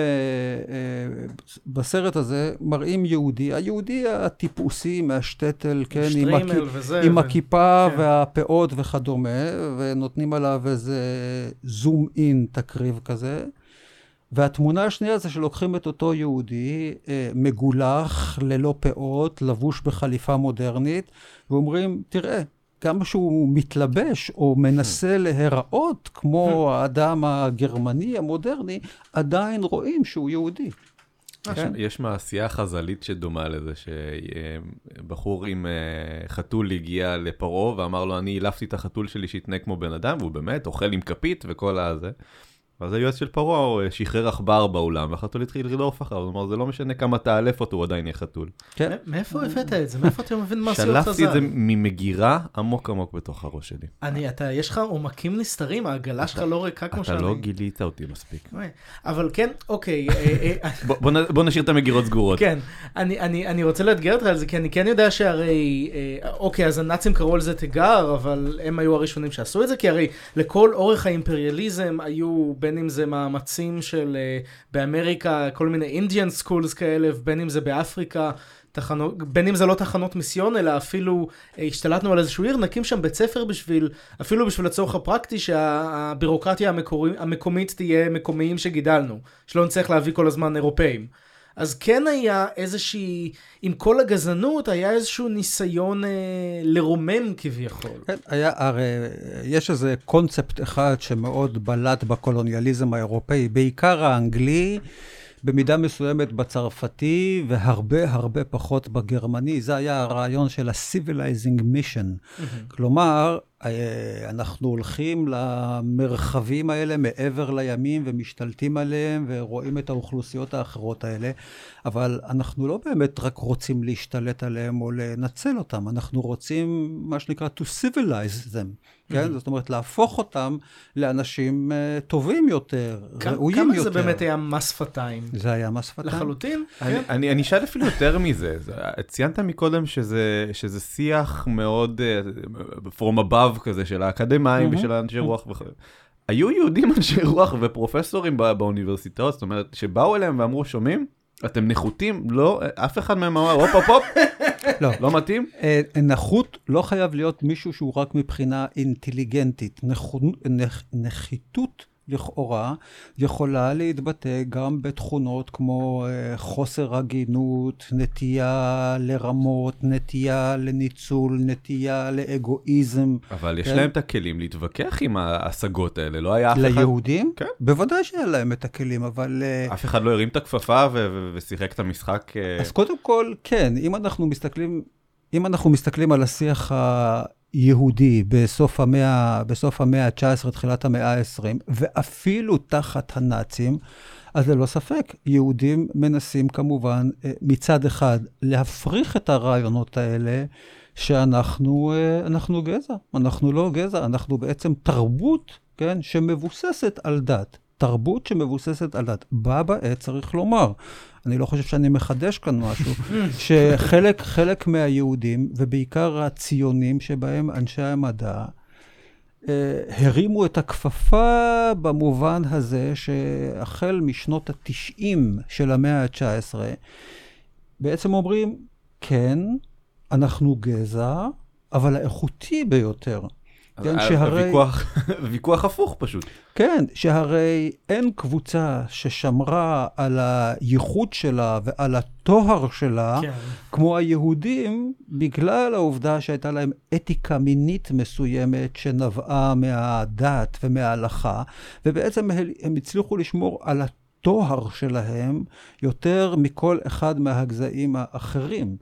uh, בסרט הזה, מראים יהודי, היהודי הטיפוסי מהשטטל, כן, עם, הכ... וזה, עם ו... הכיפה כן. והפאות וכדומה, ונותנים עליו איזה זום אין תקריב כזה. והתמונה השנייה זה שלוקחים את אותו יהודי, אה, מגולח, ללא פאות, לבוש בחליפה מודרנית, ואומרים, תראה, גם שהוא מתלבש או מנסה להיראות כמו האדם הגרמני המודרני, עדיין רואים שהוא יהודי. כן? יש מעשייה חז"לית שדומה לזה, שבחור עם חתול הגיע לפרעה ואמר לו, אני אילפתי את החתול שלי שיתנה כמו בן אדם, והוא באמת אוכל עם כפית וכל הזה. אז היועץ של פרעה שחרר עכבר באולם, והחתול התחיל לרדוף אחריו, זאת אומרת, זה לא משנה כמה תאלף אותו, הוא עדיין יהיה חתול. כן. מאיפה הבאת את זה? מאיפה אתה מבין מעשיות חז"ל? שלפתי את זה ממגירה עמוק עמוק בתוך הראש שלי. אני, אתה, יש לך עומקים נסתרים, העגלה שלך לא ריקה כמו שאני. אתה לא גילית אותי מספיק. אבל כן, אוקיי. בוא נשאיר את המגירות סגורות. כן, אני רוצה לאתגר אותך על זה, כי אני כן יודע שהרי, אוקיי, אז הנאצים קראו על זה תיגר, אבל הם היו הראשונים שעשו את זה, כי הרי לכל אורך האימפריאליזם היו בין אם זה מאמצים של uh, באמריקה, כל מיני אינדיאן סקולס כאלה, בין אם זה באפריקה, תחנות, בין אם זה לא תחנות מיסיון, אלא אפילו uh, השתלטנו על איזשהו עיר, נקים שם בית ספר בשביל, אפילו בשביל הצורך הפרקטי, שהבירוקרטיה המקורי, המקומית תהיה מקומיים שגידלנו, שלא נצטרך להביא כל הזמן אירופאים. אז כן היה איזושהי, עם כל הגזענות, היה איזשהו ניסיון אה, לרומם כביכול. כן, היה, הרי יש איזה קונספט אחד שמאוד בלט בקולוניאליזם האירופאי, בעיקר האנגלי, במידה מסוימת בצרפתי, והרבה הרבה פחות בגרמני. זה היה הרעיון של ה-civilizing mission. Mm-hmm. כלומר, אנחנו הולכים למרחבים האלה מעבר לימים ומשתלטים עליהם ורואים את האוכלוסיות האחרות האלה, אבל אנחנו לא באמת רק רוצים להשתלט עליהם או לנצל אותם, אנחנו רוצים מה שנקרא to civilize them, כן? זאת אומרת להפוך אותם לאנשים טובים יותר, ראויים יותר. כמה זה באמת היה מס שפתיים? זה היה מס שפתיים. לחלוטין? אני אשאל אפילו יותר מזה, ציינת מקודם שזה שיח מאוד from above כזה של האקדמיים ושל האנשי רוח וכו'. היו יהודים אנשי רוח ופרופסורים באוניברסיטאות, זאת אומרת, שבאו אליהם ואמרו, שומעים? אתם נחותים? לא, אף אחד מהם אמר, הופ, הופ, הופ. לא. לא מתאים? נחות לא חייב להיות מישהו שהוא רק מבחינה אינטליגנטית. נחיתות לכאורה יכולה להתבטא גם בתכונות כמו חוסר הגינות, נטייה לרמות, נטייה לניצול, נטייה לאגואיזם. אבל יש להם את הכלים להתווכח עם ההשגות האלה, לא היה אף אחד... ליהודים? כן. בוודאי שהיה להם את הכלים, אבל... אף אחד לא הרים את הכפפה ושיחק את המשחק... אז קודם כל, כן, אם אנחנו מסתכלים, אם אנחנו מסתכלים על השיח ה... יהודי בסוף המאה, בסוף המאה ה-תשע עשרה, תחילת המאה ה-עשרים, ואפילו תחת הנאצים, אז ללא ספק, יהודים מנסים כמובן מצד אחד להפריך את הרעיונות האלה, שאנחנו אנחנו גזע, אנחנו לא גזע, אנחנו בעצם תרבות, כן, שמבוססת על דת. תרבות שמבוססת על דת. בה בעת צריך לומר, אני לא חושב שאני מחדש כאן משהו, שחלק חלק מהיהודים, ובעיקר הציונים שבהם אנשי המדע, הרימו את הכפפה במובן הזה שהחל משנות התשעים של המאה ה-תשע עשרה, בעצם אומרים, כן, אנחנו גזע, אבל האיכותי ביותר. כן, שהרי... הוויכוח, ויכוח הפוך פשוט. כן, שהרי אין קבוצה ששמרה על הייחוד שלה ועל התואר שלה, כן. כמו היהודים, בגלל העובדה שהייתה להם אתיקה מינית מסוימת שנבעה מהדת ומההלכה, ובעצם הם הצליחו לשמור על התואר שלהם יותר מכל אחד מהגזעים האחרים.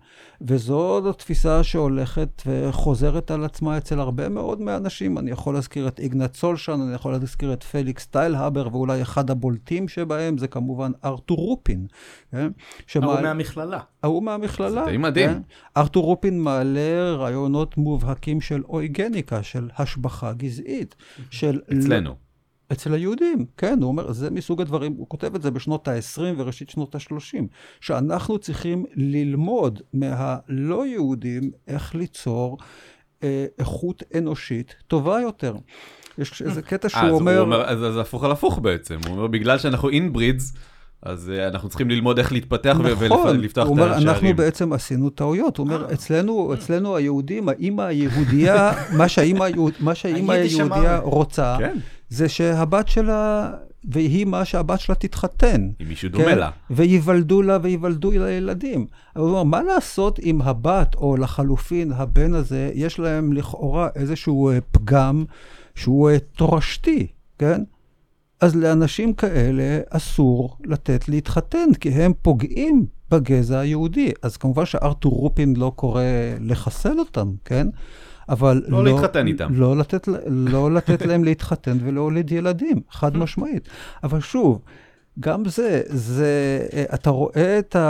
וזו תפיסה שהולכת וחוזרת על עצמה אצל הרבה מאוד מהאנשים. אני יכול להזכיר את איגנץ סולשן, אני יכול להזכיר את פליקס טיילהבר, ואולי אחד הבולטים שבהם זה כמובן ארתור רופין. כן? שמעל... ההוא מהמכללה. ההוא מהמכללה. זה די מדהים. כן? ארתור רופין מעלה רעיונות מובהקים של אויגניקה, של השבחה גזעית. של אצלנו. אצל היהודים, כן, הוא אומר, זה מסוג הדברים, הוא כותב את זה בשנות ה-עשרים וראשית שנות ה-שלושים, שאנחנו צריכים ללמוד מהלא יהודים איך ליצור אה, איכות אנושית טובה יותר. יש איזה קטע שהוא אומר... אומר... אז זה הפוך על הפוך בעצם, הוא אומר, בגלל שאנחנו אינברידס, אז uh, אנחנו צריכים ללמוד איך להתפתח נכון, ולפתוח את אומר, השערים. אנחנו בעצם עשינו טעויות. הוא אומר, אצלנו, אצלנו היהודים, האמא היהודייה, מה שהאמא, מה שהאמא היהודייה רוצה, כן. זה שהבת שלה, והיא מה שהבת שלה תתחתן. עם מישהו דומה לה. ויוולדו לה ויוולדו לה ילדים. הוא אומר, מה לעשות אם הבת, או לחלופין, הבן הזה, יש להם לכאורה איזשהו פגם שהוא תורשתי, כן? אז לאנשים כאלה אסור לתת להתחתן, כי הם פוגעים בגזע היהודי. אז כמובן שארתור רופין לא קורא לחסל אותם, כן? אבל לא, לא להתחתן איתם. לא לתת, לא לתת להם להתחתן ולהוליד ילדים, חד משמעית. אבל שוב, גם זה, זה, אתה רואה את,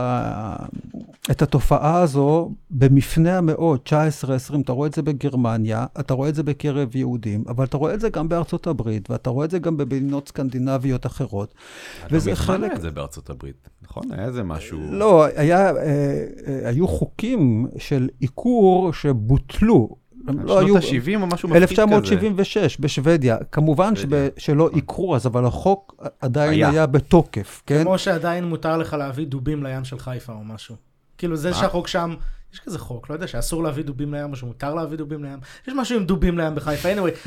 ה, את התופעה הזו במפנה המאות, תשע עשרה עשרים, אתה רואה את זה בגרמניה, אתה רואה את זה בקרב יהודים, אבל אתה רואה את זה גם בארצות הברית, ואתה רואה את זה גם במדינות סקנדינביות אחרות. וזה חלק... את זה בארצות הברית, נכון? היה זה משהו... לא, היה, היו חוקים של עיקור שבוטלו, שנות ה-שבעים או משהו מפתיק כזה. אלף תשע מאות שבעים ושש בשוודיה. כמובן שלא עיקרו אז, אבל החוק עדיין היה בתוקף. כמו שעדיין מותר לך להביא דובים לים של חיפה או משהו. כאילו זה שהחוק שם, יש כזה חוק, לא יודע, שאסור להביא דובים לים או שמותר להביא דובים לים. יש משהו עם דובים לים בחיפה. anyway,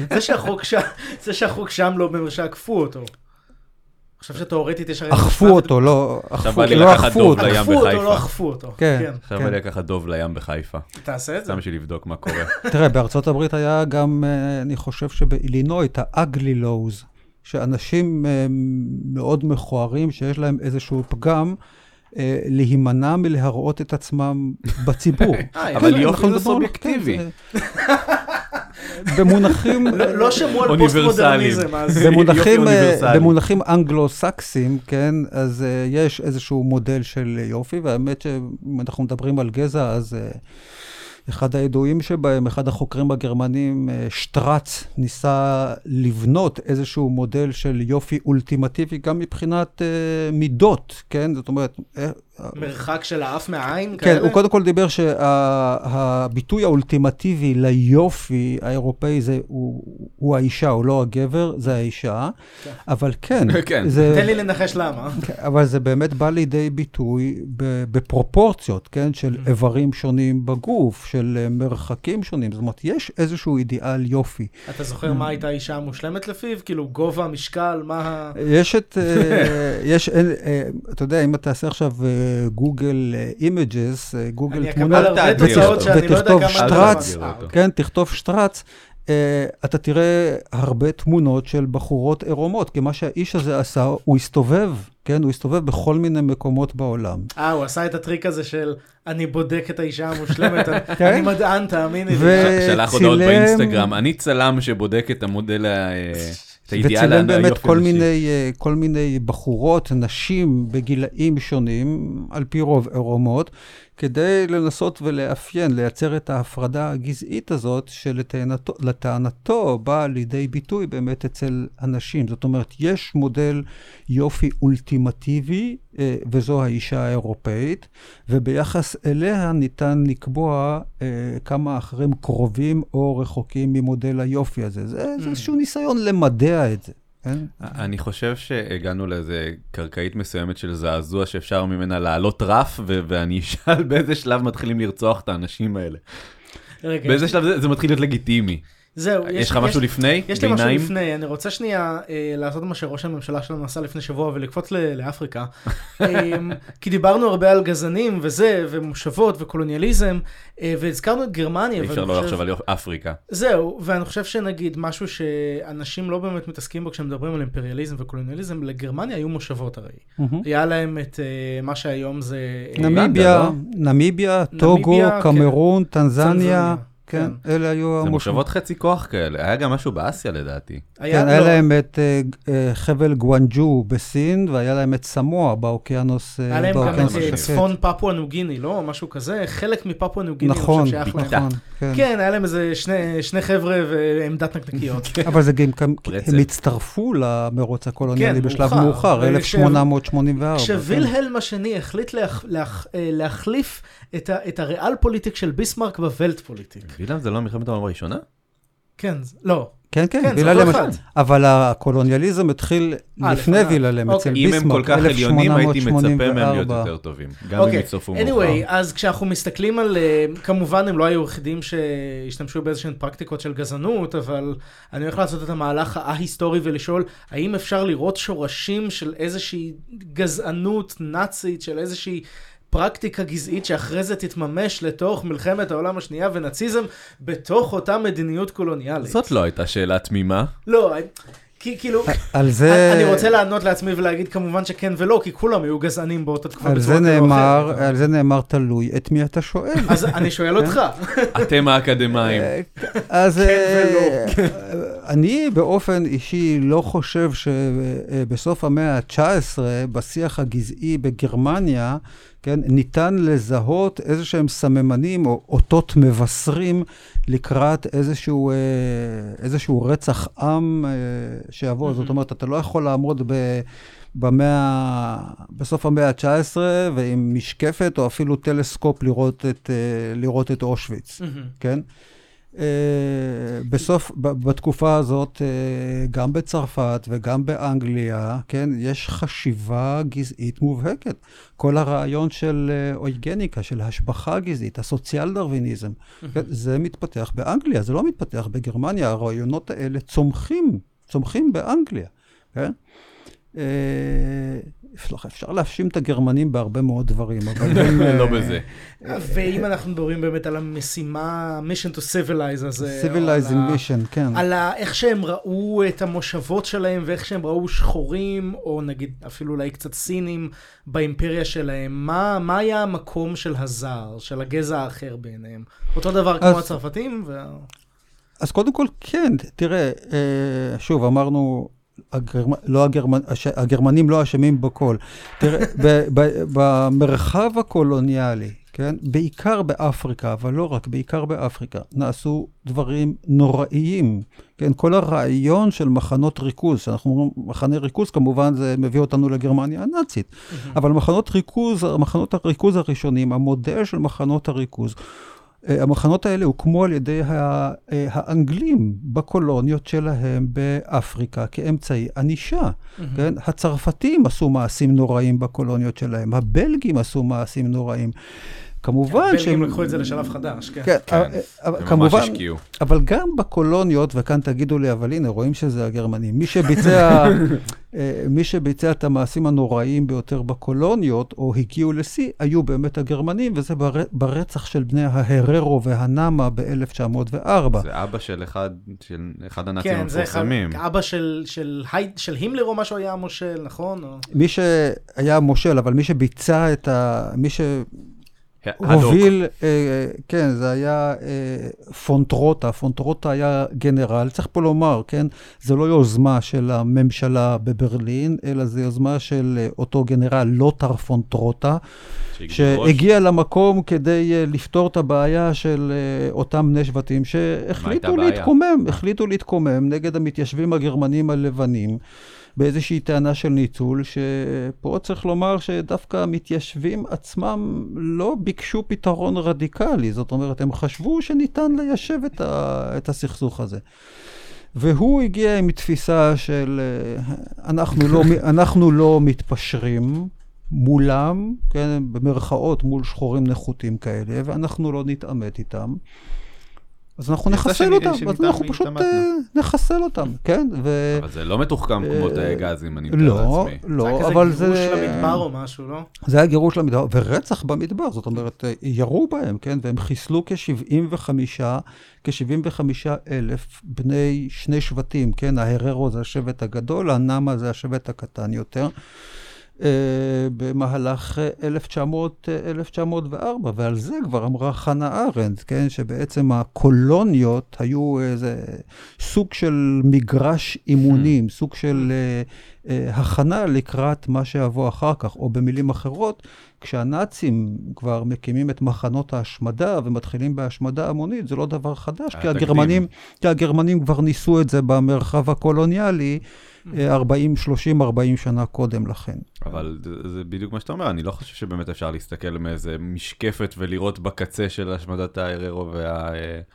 זה שהחוק שם לא אומר שעקפו אותו. עכשיו שתאורטית יש... אכפו אותו, לא אכפו אותו. לא אכפו אותו, לא אכפו אותו. עכשיו בא לי לקחת דוב לים בחיפה. תעשה את זה. סתם בשביל לבדוק מה קורה. תראה, בארצות הברית היה גם, אני חושב שבאילינוי, את ה-ugly laws, שאנשים מאוד מכוערים, שיש להם איזשהו פגם, להימנע מלהראות את עצמם בציבור. אבל יופי זה סובייקטיבי. במונחים... לא שמעו על פוסט-מודרניזם, אז... במונחים אנגלו-סקסים, כן, אז יש איזשהו מודל של יופי, והאמת שאם אנחנו מדברים על גזע, אז אחד הידועים שבהם, אחד החוקרים הגרמנים, שטרץ, ניסה לבנות איזשהו מודל של יופי אולטימטיבי, גם מבחינת מידות, כן, זאת אומרת... מרחק של האף מהעין? כן, כאלה? הוא קודם כל דיבר שהביטוי האולטימטיבי ליופי האירופאי זה, הוא, הוא האישה, הוא לא הגבר, זה האישה, כן. אבל כן. כן. זה, תן לי לנחש למה. אבל זה באמת בא לידי ביטוי בפרופורציות, כן, של איברים שונים בגוף, של מרחקים שונים, זאת אומרת, יש איזשהו אידיאל יופי. אתה זוכר מה הייתה האישה המושלמת לפיו? כאילו, גובה, משקל, מה... יש את, יש, אתה יודע, אם אתה תעשה עכשיו גוגל אימג'ס, גוגל תמונה, ותכתוב שטרץ, כן, תכתוב שטרץ, אתה תראה הרבה תמונות של בחורות עירומות, כי מה שהאיש הזה עשה, הוא הסתובב, כן, הוא הסתובב בכל מיני מקומות בעולם. אה, הוא עשה את הטריק הזה של, אני בודק את האישה המושלמת, אני מדען, תאמיני לי. שלח הודעות באינסטגרם, אני צלם שבודק את המודל ה... וצילם באמת כל מיני, כל מיני בחורות, נשים בגילאים שונים, על פי רוב עירומות, כדי לנסות ולאפיין, לייצר את ההפרדה הגזעית הזאת, שלטענתו באה לידי ביטוי באמת אצל אנשים. זאת אומרת, יש מודל יופי אולטימטיבי, וזו האישה האירופאית, וביחס אליה ניתן לקבוע כמה אחרים קרובים או רחוקים ממודל היופי הזה. זה איזשהו ניסיון למדע את זה. אני חושב שהגענו לאיזה קרקעית מסוימת של זעזוע שאפשר ממנה לעלות רף, ואני אשאל באיזה שלב מתחילים לרצוח את האנשים האלה. באיזה שלב זה מתחיל להיות לגיטימי. זהו. יש לך משהו לפני? יש לי משהו לפני. אני רוצה שנייה לעשות מה שראש הממשלה שלנו עשה לפני שבוע ולקפוץ לאפריקה. כי דיברנו הרבה על גזענים וזה, ומושבות וקולוניאליזם, והזכרנו את גרמניה. אי אפשר לא לחשוב על אפריקה. זהו, ואני חושב שנגיד משהו שאנשים לא באמת מתעסקים בו כשהם מדברים על אימפריאליזם וקולוניאליזם, לגרמניה היו מושבות הרי. היה להם את מה שהיום זה... נמיביה, נמיביה, טוגו, קמרון, טנזניה. כן, אלה היו... זה מושבות חצי כוח כאלה. היה גם משהו באסיה לדעתי. כן, היה להם את חבל גואנג'ו בסין, והיה להם את סמואה באוקיינוס השקט. היה להם גם את צפון פפואה ניו גיני, לא? משהו כזה. חלק מפפואה ניו גיני, נכון, נכון. כן, היה להם איזה שני חבר'ה ועמדת נקנקיות. אבל זה גם, הם הצטרפו למרוץ הקולוניאלי בשלב מאוחר, אלף שמונה מאות שמונים וארבע. כשווילהלם השני החליט להחליף את הריאל פוליטיק של ביסמרק בוולט פוליטיק. וילהלם זה לא מלחמת העולם הראשונה? כן, לא. כן, כן, וילהלם, אבל הקולוניאליזם התחיל לפני וילהלם, אצל ביסמרק, אם הם כל כך עליונים, הייתי מצפה מהם להיות יותר טובים, גם אם יצטרפו מאוחר. anyway, אז כשאנחנו מסתכלים על, כמובן הם לא היו יחידים שהשתמשו באיזשהן פרקטיקות של גזענות, אבל אני הולך לעשות את המהלך ההיסטורי ולשאול, האם אפשר לראות שורשים של איזושהי גזענות נאצית, של איזושהי פרקטיקה גזעית שאחרי זה תתממש לתוך מלחמת העולם השנייה ונאציזם בתוך אותה מדיניות קולוניאלית. זאת לא הייתה שאלה תמימה. לא, כי כאילו, על זה... אני רוצה לענות לעצמי ולהגיד כמובן שכן ולא, כי כולם היו גזענים באותה תקופה. על זה נאמר, על זה נאמר תלוי, את מי אתה שואל? אז אני שואל אותך. אתם האקדמיים. אז אני באופן אישי לא חושב שבסוף המאה ה-תשע עשרה, בשיח הגזעי בגרמניה, כן, ניתן לזהות איזשהם סממנים או אותות מבשרים לקראת איזשהו, איזשהו רצח עם שיבוא. זאת אומרת, אתה לא יכול לעמוד ב, במאה, בסוף המאה ה-תשע עשרה ועם משקפת או אפילו טלסקופ לראות את, לראות את אושוויץ, כן? בסוף, בתקופה הזאת, גם בצרפת וגם באנגליה, כן, יש חשיבה גזעית מובהקת. כל הרעיון של אויגניקה, של השבחה גזעית, הסוציאל דרוויניזם, כן, זה מתפתח באנגליה, זה לא מתפתח בגרמניה. הרעיונות האלה צומחים, צומחים באנגליה, כן? אפשר להפשים את הגרמנים בהרבה מאוד דברים, אבל לא בזה. ואם אנחנו מדברים באמת על המשימה, mission to civilize, אז... civilizing mission, כן. על איך שהם ראו את המושבות שלהם, ואיך שהם ראו שחורים, או נגיד אפילו אולי קצת סינים, באימפריה שלהם. מה, מה היה המקום של הזר, של הגזע האחר בעיניהם? אותו דבר כמו הצרפתים? אז קודם כל, כן, תראה, שוב, אמרנו... הגרמ... לא הגרמנ... הש... הגרמנים לא אשמים בכל. תראה, ב... ב... במרחב הקולוניאלי, כן? בעיקר באפריקה, אבל לא רק, בעיקר באפריקה, נעשו דברים נוראיים. כן? כל הרעיון של מחנות ריכוז, שאנחנו אומרים, מחנה ריכוז, כמובן זה מביא אותנו לגרמניה הנאצית, mm-hmm. אבל מחנות ריכוז, מחנות הריכוז הראשונים, המודל של מחנות הריכוז, המחנות האלה הוקמו על ידי האנגלים בקולוניות שלהם באפריקה כאמצעי ענישה. Mm-hmm. כן? הצרפתים עשו מעשים נוראים בקולוניות שלהם, הבלגים עשו מעשים נוראים. כמובן הבלגים שהם... לקחו את זה לשלב חדש, כן. כן, כן. אבל, כמובן, אבל גם בקולוניות, וכאן תגידו לי, אבל הנה, רואים שזה הגרמנים. מי שביצע, מי שביצע את המעשים הנוראים ביותר בקולוניות, או הגיעו לשיא, היו באמת הגרמנים, וזה ברצח של בני ההררו והנאמה ב-אלף תשע מאות וארבע. זה אבא של אחד, של אחד הנאצים המפורסמים. כן, זה אבא של, של, של הימלר או משהו היה מושל, נכון? או... מי שהיה מושל, אבל מי שביצע את ה... מי ש... הוביל, כן, זה היה פונטרוטה, פונטרוטה היה גנרל, צריך פה לומר, כן, זה לא יוזמה של הממשלה בברלין, אלא זה יוזמה של אותו גנרל, לוטר פונטרוטה, שהגיע למקום כדי לפתור את הבעיה של אותם בני שבטים, שהחליטו להתקומם, החליטו להתקומם נגד המתיישבים הגרמנים הלבנים, באיזושהי טענה של ניצול, שפה צריך לומר שדווקא המתיישבים עצמם לא ביקשו פתרון רדיקלי, זאת אומרת, הם חשבו שניתן ליישב את, ה, את הסכסוך הזה. והוא הגיע עם תפיסה של אנחנו לא, אנחנו לא מתפשרים מולם, כן, במרכאות מול שחורים נחותים כאלה, ואנחנו לא נתעמת איתם. אז אנחנו נחסל אותם, אז אנחנו פשוט נחסל אותם, כן? אבל זה לא מתוחכם כמו תאי גזים, אני מתאר לעצמי. לא, לא, אבל זה... זה היה כזה גירוש למדבר או משהו, לא? זה היה גירוש למדבר, ורצח במדבר, זאת אומרת, ירו בהם, כן? והם חיסלו כ-שבעים וחמישה, כ-שבעים וחמישה אלף בני שני שבטים, כן? ההררו זה השבט הגדול, הנאמה זה השבט הקטן יותר. במהלך אלף תשע מאות וארבע, ועל זה כבר אמרה חנה ארנדט, כן, שבעצם הקולוניות היו איזה סוג של מגרש אימונים, סוג של uh, uh, הכנה לקראת מה שיבוא אחר כך, או במילים אחרות, כשהנאצים כבר מקימים את מחנות ההשמדה ומתחילים בהשמדה המונית, זה לא דבר חדש, כי הגרמנים, כי הגרמנים כבר ניסו את זה במרחב הקולוניאלי, ארבעים, שלושים, ארבעים שנה קודם לכן. אבל זה בדיוק מה שאתה אומר, אני לא חושב שבאמת אפשר להסתכל מאיזה משקפת ולראות בקצה של השמדת ההררו וה...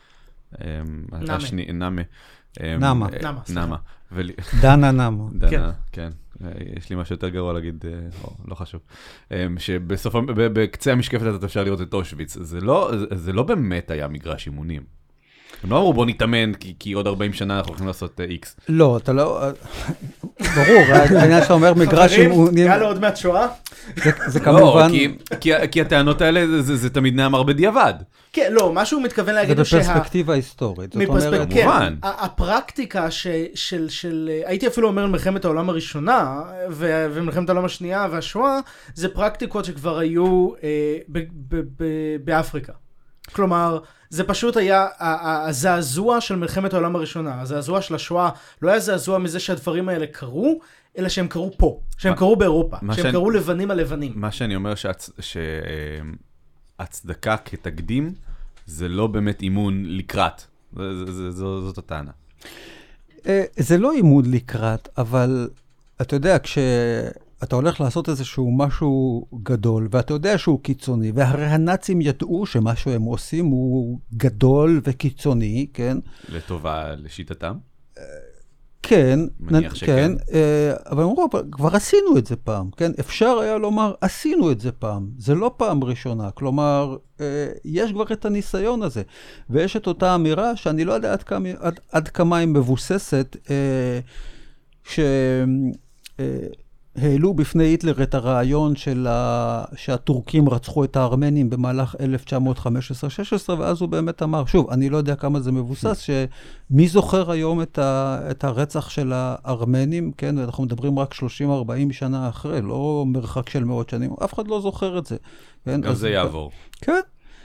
נאמה. נאמה. נאמה. דנה נאמה. דנה, כן. יש לי משהו יותר גרוע להגיד, לא חשוב. שבסוף, בקצה המשקפת הזאת אפשר לראות את אושוויץ. זה לא באמת היה מגרש אימונים. הם לא אמרו בוא נתאמן, כי עוד ארבעים שנה אנחנו הולכים לעשות איקס. לא, אתה לא... ברור, העניין שאתה אומר מגרש אימונים... חברים, יאללה עוד מעט שואה? זה כמובן... לא, כי הטענות האלה זה תמיד נאמר בדיעבד. כן, לא, מה שהוא מתכוון להגיד זה בפרספקטיבה היסטורית. כמובן. הפרקטיקה של... הייתי אפילו אומר מלחמת העולם הראשונה, ומלחמת העולם השנייה והשואה, זה פרקטיקות שכבר היו באפריקה. כלומר, זה פשוט היה הזעזוע של מלחמת העולם הראשונה, הזעזוע של השואה, לא היה זעזוע מזה שהדברים האלה קרו, אלא שהם קרו פה, שהם קרו באירופה, שהם קרו לבנים על לבנים. מה שאני אומר שהצדקה כתקדים, זה לא באמת אימון לקראת, זאת הטענה. זה לא אימון לקראת, אבל אתה יודע, כש... אתה הולך לעשות איזשהו משהו גדול, ואתה יודע שהוא קיצוני, והרי הנאצים ידעו שמה שהם עושים הוא גדול וקיצוני, כן? לטובה לשיטתם? כן, מניח שכן. כן, אבל אמרו, כבר עשינו את זה פעם, כן? אפשר היה לומר, עשינו את זה פעם. זה לא פעם ראשונה, כלומר, יש כבר את הניסיון הזה, ויש את אותה אמירה שאני לא יודע עד כמה, עד, עד כמה היא מבוססת, ש... העלו בפני היטלר את הרעיון של ה... שהטורקים רצחו את הארמנים במהלך אלף תשע מאות חמש עשרה שש עשרה, ואז הוא באמת אמר, שוב, אני לא יודע כמה זה מבוסס, שמי זוכר היום את, ה... את הרצח של הארמנים, כן, אנחנו מדברים רק שלושים ארבעים שנה אחרי, לא מרחק של מאות שנים, אף אחד לא זוכר את זה. כן? גם אז... זה יעבור. כן.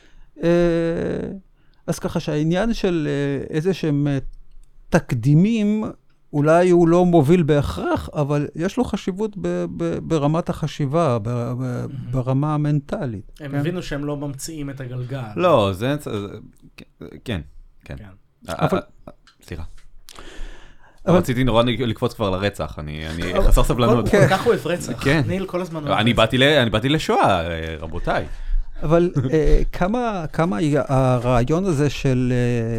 אז ככה שהעניין של איזה שהם תקדימים, אולי הוא לא מוביל בהכרח, אבל יש לו חשיבות ב- ב- ברמת החשיבה, ב- ב- ברמה המנטלית. הם הבינו שהם לא ממציאים את הגלגל. לא, זה... כן, כן. סליחה. רציתי נורא לקפוץ כבר לרצח, אני חסר סבלנות. כל כך אוהב רצח. ניל כל הזמן אוהב רצח. אני באתי לשואה, רבותיי. אבל כמה הרעיון הזה של...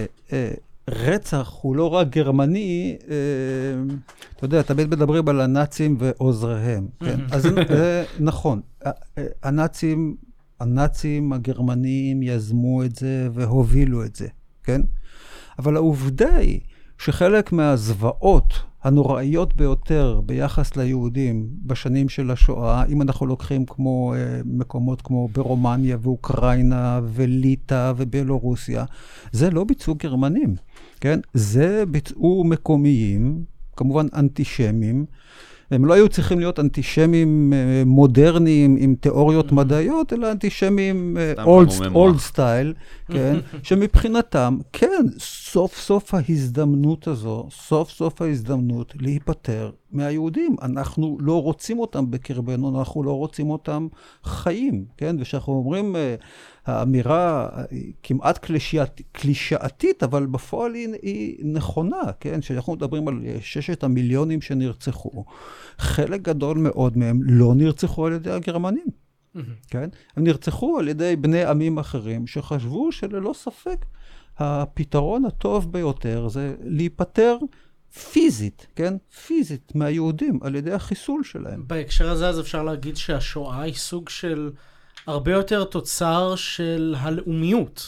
רצח הוא לא רק גרמני, אה, אתה יודע, תמיד מדברים על הנאצים ועוזריהם, כן? אז זה נכון, הנאצים, הנאצים הגרמנים יזמו את זה והובילו את זה, כן? אבל העובדה היא שחלק מהזוועות הנוראיות ביותר ביחס ליהודים בשנים של השואה, אם אנחנו לוקחים כמו אה, מקומות כמו ברומניה ואוקראינה וליטא ובלורוסיה, זה לא ביצעו גרמנים, כן? זה ביצעו מקומיים, כמובן אנטישמים, הם לא היו צריכים להיות אנטישמים מודרניים עם תיאוריות מדעיות, אלא אנטישמים אולד סטייל, כן? שמבחינתם, כן, סוף סוף ההזדמנות הזו, סוף סוף ההזדמנות להיפטר מהיהודים. אנחנו לא רוצים אותם בקרבנו, אנחנו לא רוצים אותם חיים, כן? ושאנחנו אומרים, האמירה כמעט קלישאת, קלישאתית, אבל בפועל היא, היא נכונה, כן? שאנחנו מדברים על ששת המיליונים שנרצחו. חלק גדול מאוד מהם לא נרצחו על ידי הגרמנים, mm-hmm. כן? הם נרצחו על ידי בני עמים אחרים שחשבו שללא ספק הפתרון הטוב ביותר זה להיפטר פיזית, כן? פיזית מהיהודים על ידי החיסול שלהם. בהקשר הזה אז אפשר להגיד שהשואה היא סוג של הרבה יותר תוצר של הלאומיות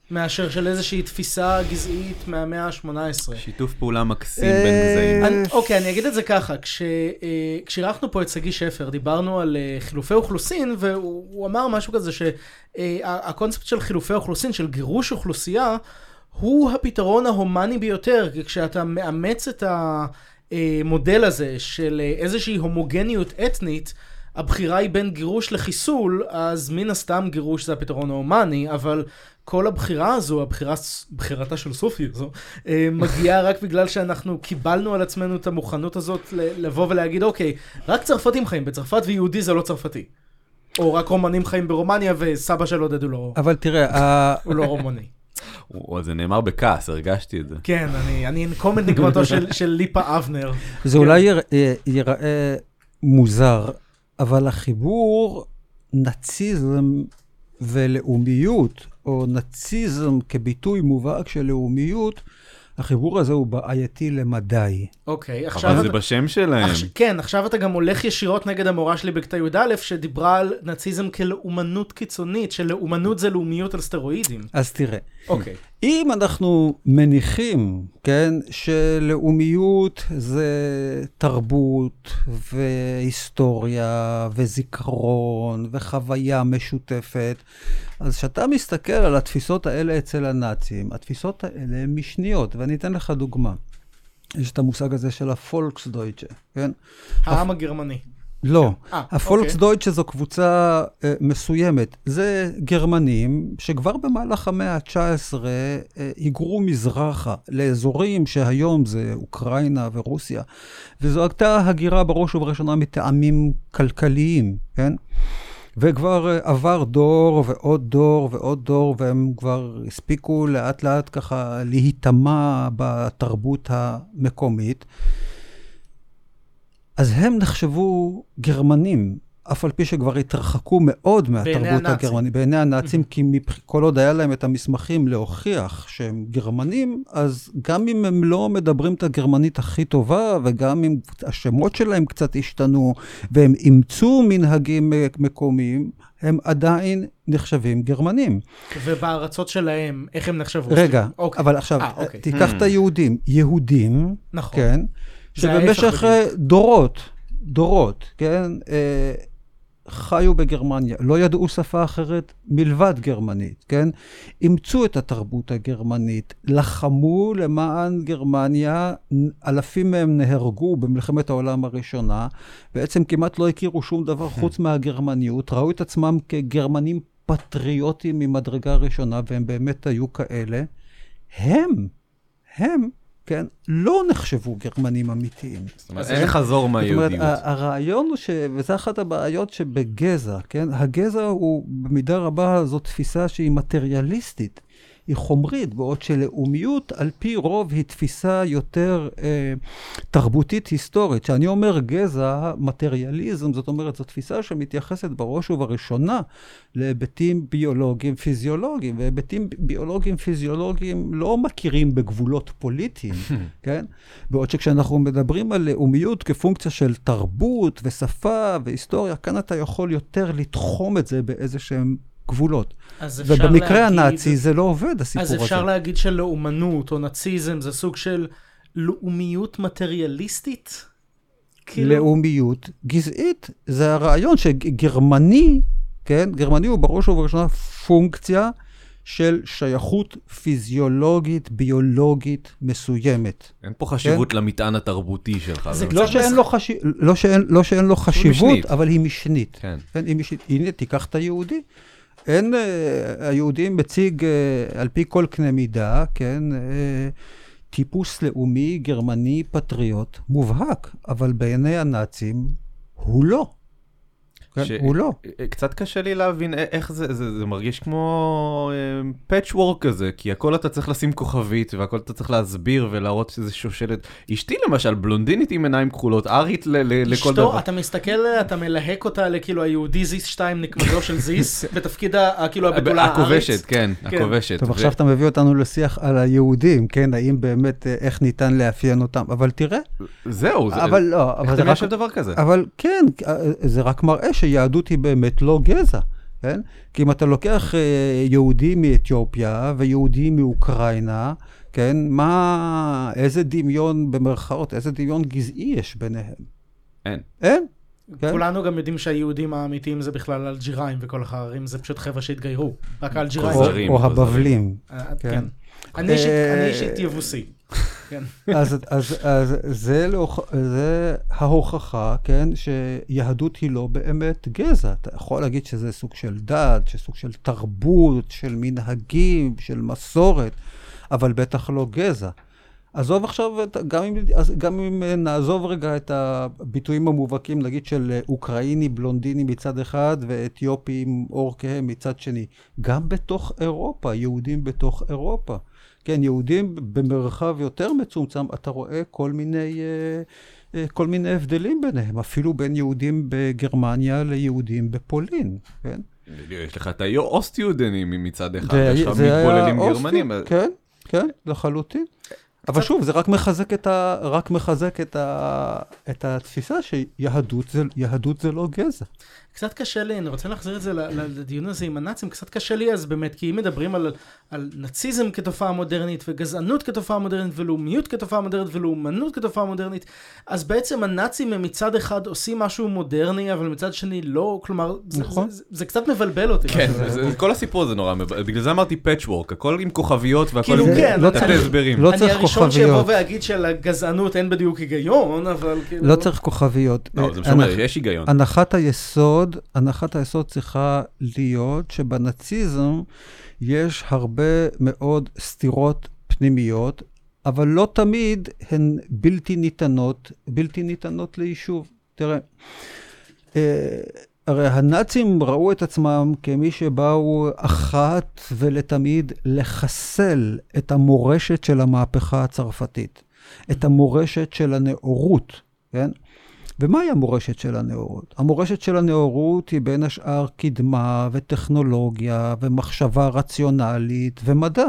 מאשר של איזושהי תפיסה גזעית מהמאה ה-שמונה עשרה. שיתוף פעולה מקסים בין גזעים. אני, אוקיי, אני אגיד את זה ככה, כש, כשאירחנו פה את סגי שפר, דיברנו על חילופי אוכלוסין, והוא אמר משהו כזה שהקונספט של חילופי אוכלוסין, של גירוש אוכלוסייה, הוא הפתרון ההומני ביותר, כי כשאתה מאמץ את המודל הזה של איזושהי הומוגניות אתנית, הבחירה היא בין גירוש לחיסול, אז מן הסתם גירוש זה הפתרון ההומני, אבל כל הבחירה הזו, הבחירה, בחירתה של סופי הזו, מגיעה רק בגלל שאנחנו קיבלנו על עצמנו את המוכנות הזאת לבוא ולהגיד, אוקיי, רק צרפתים חיים בצרפת ויהודי זה לא צרפתי. או רק רומנים חיים ברומניה וסבא שלו דדו לא... אבל תראה, הוא לא רומני. זה נאמר בכעס, הרגשתי את זה. כן, אני אנקום את נקמתו של ליפה אבנר. זה אולי ייראה מוזר, אבל החיבור נאציזם ולאומיות, או נאציזם כביטוי מובהק של לאומיות, החיבור הזה הוא בעייתי למדי. אוקיי, עכשיו... אבל זה בשם שלהם. כן, עכשיו אתה גם הולך ישירות נגד המורה שלי בכיתה י' א', שדיברה על נאציזם כלאומנות קיצונית, שלאומנות זה לאומיות על סטרואידים. אז תראה. אוקיי. אם אנחנו מניחים, כן, שלאומיות זה תרבות והיסטוריה וזיכרון וחוויה משותפת, אז כשאתה מסתכל על התפיסות האלה אצל הנאצים, התפיסות האלה הן משניות, ואני אתן לך דוגמה. יש את המושג הזה של הפולקסדויטשה, כן? העם הגרמני. לא, הפולקסדויטשה זו קבוצה מסוימת. זה גרמנים שכבר במהלך המאה ה-תשע עשרה היגרו מזרחה לאזורים שהיום זה אוקראינה ורוסיה, וזו הייתה הגירה בראש ובראשונה מטעמים כלכליים, כן? וכבר עבר דור ועוד דור ועוד דור, והם כבר הספיקו לאט לאט ככה להיטמע בתרבות המקומית. אז הם נחשבו גרמנים, אף על פי שכבר התרחקו מאוד מהתרבות הגרמנית. בעיני הנאצים, כי כל עוד היה להם את המסמכים להוכיח שהם גרמנים, אז גם אם הם לא מדברים את הגרמנית הכי טובה, וגם אם השמות שלהם קצת השתנו, והם אימצו מנהגים מקומיים, הם עדיין נחשבים גרמנים. ובארצות שלהם, איך הם נחשבו? רגע, אבל עכשיו, תיקח את היהודים. יהודים, כן, שבמשך דורות, דורות, כן, חיו בגרמניה, לא ידעו שפה אחרת מלבד גרמנית, כן? אימצו את התרבות הגרמנית, לחמו למען גרמניה, אלפים מהם נהרגו במלחמת העולם הראשונה, בעצם כמעט לא הכירו שום דבר חוץ מהגרמניות, ראו את עצמם כגרמנים פטריוטים ממדרגה ראשונה, והם באמת היו כאלה. הם, הם, כן, לא נחשבו גרמנים אמיתיים. זאת אומרת, אין חזור מהיהודיות. זאת אומרת, הרעיון הוא ש... וזה אחת הבעיות שבגזע, כן? הגזע הוא במידה רבה זו תפיסה שהיא מטריאליסטית, היא חומרית, בעוד שלאומיות על פי רוב היא תפיסה יותר אה, תרבותית היסטורית. שאני אומר גזע, מטריאליזם, זאת אומרת, זו תפיסה שמתייחסת בראש ובראשונה להיבטים ביולוגיים פיזיולוגיים, והיבטים ביולוגיים פיזיולוגיים לא מכירים בגבולות פוליטיים, כן? בעוד שכשאנחנו מדברים על לאומיות כפונקציה של תרבות ושפה והיסטוריה, כאן אתה יכול יותר לתחום את זה באיזה שהם גבולות. ובמקרה הנאצי זה לא עובד, הסיפור הזה. אז אפשר להגיד שלאומנות או נאציזם זה סוג של לאומיות מטריאליסטית? לאומיות גזעית. זה הרעיון שגרמני, כן, גרמני הוא בראש ובראשונה פונקציה של שייכות פיזיולוגית, ביולוגית מסוימת. אין פה חשיבות למטען התרבותי שלך. לא שאין לו חשיבות, אבל היא משנית. הנה, תיקח את היהודי. אין, היהודים מציג על פי כל קנה מידה, כן, טיפוס לאומי, גרמני, פטריוט, מובהק, אבל בעיני הנאצים הוא לא. הוא לא. קצת קשה לי להבין איך זה, זה, זה מרגיש כמו פאצ'וורק כזה, כי הכל אתה צריך לשים כוכבית, והכל אתה צריך להסביר ולהראות שזה שושלת. אשתי למשל, בלונדינית עם עיניים כחולות, ארית לכל דבר. אשתו, אתה מסתכל, אתה מלהק אותה לכאילו היהודי זיס שתיים נקמדו של זיס, בתפקיד כאילו הבדולה הארץ. הכובשת, כן, הכובשת. טוב, עכשיו אתה מביא אותנו לשיח על היהודים, כן, האם באמת, איך ניתן לאפיין אותם, אבל תראה. זהו, אבל לא, איך אתה מאשר דבר כזה? אבל כן, זה רק מראה שיהדות היא באמת לא גזע, כן? כי אם אתה לוקח יהודי מאתיופיה ויהודי מאוקראינה, כן? מה, איזה דמיון במרכאות, איזה דמיון גזעי יש ביניהם? אין. אין? כן? כולנו גם יודעים שהיהודים האמיתיים זה בכלל אלג'יראים וכל החררים, זה פשוט חבר'ה שהתגיירו, רק האלג'יראים. חוזרים, או חוזרים. הבבלים. כן. כן. אני אישית- אני אישית יבוסי. כן. אז, אז, אז זה, להוכ... זה ההוכחה, כן, שיהדות היא לא באמת גזע. אתה יכול להגיד שזה סוג של דת, שסוג של תרבות, של מנהגים, של מסורת, אבל בטח לא גזע. עזוב עכשיו, גם אם, גם אם נעזוב רגע את הביטויים המובהקים, נגיד של אוקראיני, בלונדיני מצד אחד, ואתיופי עם אור כהה מצד שני. גם בתוך אירופה, יהודים בתוך אירופה. כן, יהודים במרחב יותר מצומצם, אתה רואה כל מיני, כל מיני הבדלים ביניהם, אפילו בין יהודים בגרמניה ליהודים בפולין, כן? יש לך את האוסט-יהודנים מצד אחד, יש לך מתבוללים גרמנים. כן, כן, לחלוטין. אבל שוב, זה רק מחזק את ה, רק מחזק את ה, את התפיסה שיהדות זה, יהדות זה לא גזע. קצת קשה לי, אני רוצה להחזיר את זה לדיון הזה עם הנאצים, קצת קשה לי אז באמת, כי אם מדברים על, על נאציזם כתופעה מודרנית, וגזענות כתופעה מודרנית, ולאומיות כתופעה מודרנית, ולאומנות כתופעה מודרנית, אז בעצם הנאצים הם מצד אחד עושים משהו מודרני, אבל מצד שני לא, כלומר, זה, נכון. זה, זה, זה קצת מבלבל אותי. כן, זה, כל הסיפור הזה נורא מבלבל, בגלל זה אמרתי פאצ'וורק, הכל עם כוכביות והכל כאילו, עם כן, לא תתי צריך- הסברים. לא אני צריך הראשון שיבוא כוכביות. ויגיד שלגזענות אין בדיוק היגיון, אבל כאילו... לא צריך כוכביות. לא, זה משומר, הנח- יש היגיון. הנחת היסוד, הנחת היסוד צריכה להיות שבנאציזם יש הרבה מאוד סתירות פנימיות, אבל לא תמיד הן בלתי ניתנות, בלתי ניתנות ליישוב. תראה, אה, הרי הנאצים ראו את עצמם כמי שבאו אחת ולתמיד לחסל את המורשת של המהפכה הצרפתית, את המורשת של הנאורות, כן? ומהי המורשת של הנאורות? המורשת של הנאורות היא בין השאר קדמה וטכנולוגיה ומחשבה רציונלית ומדע.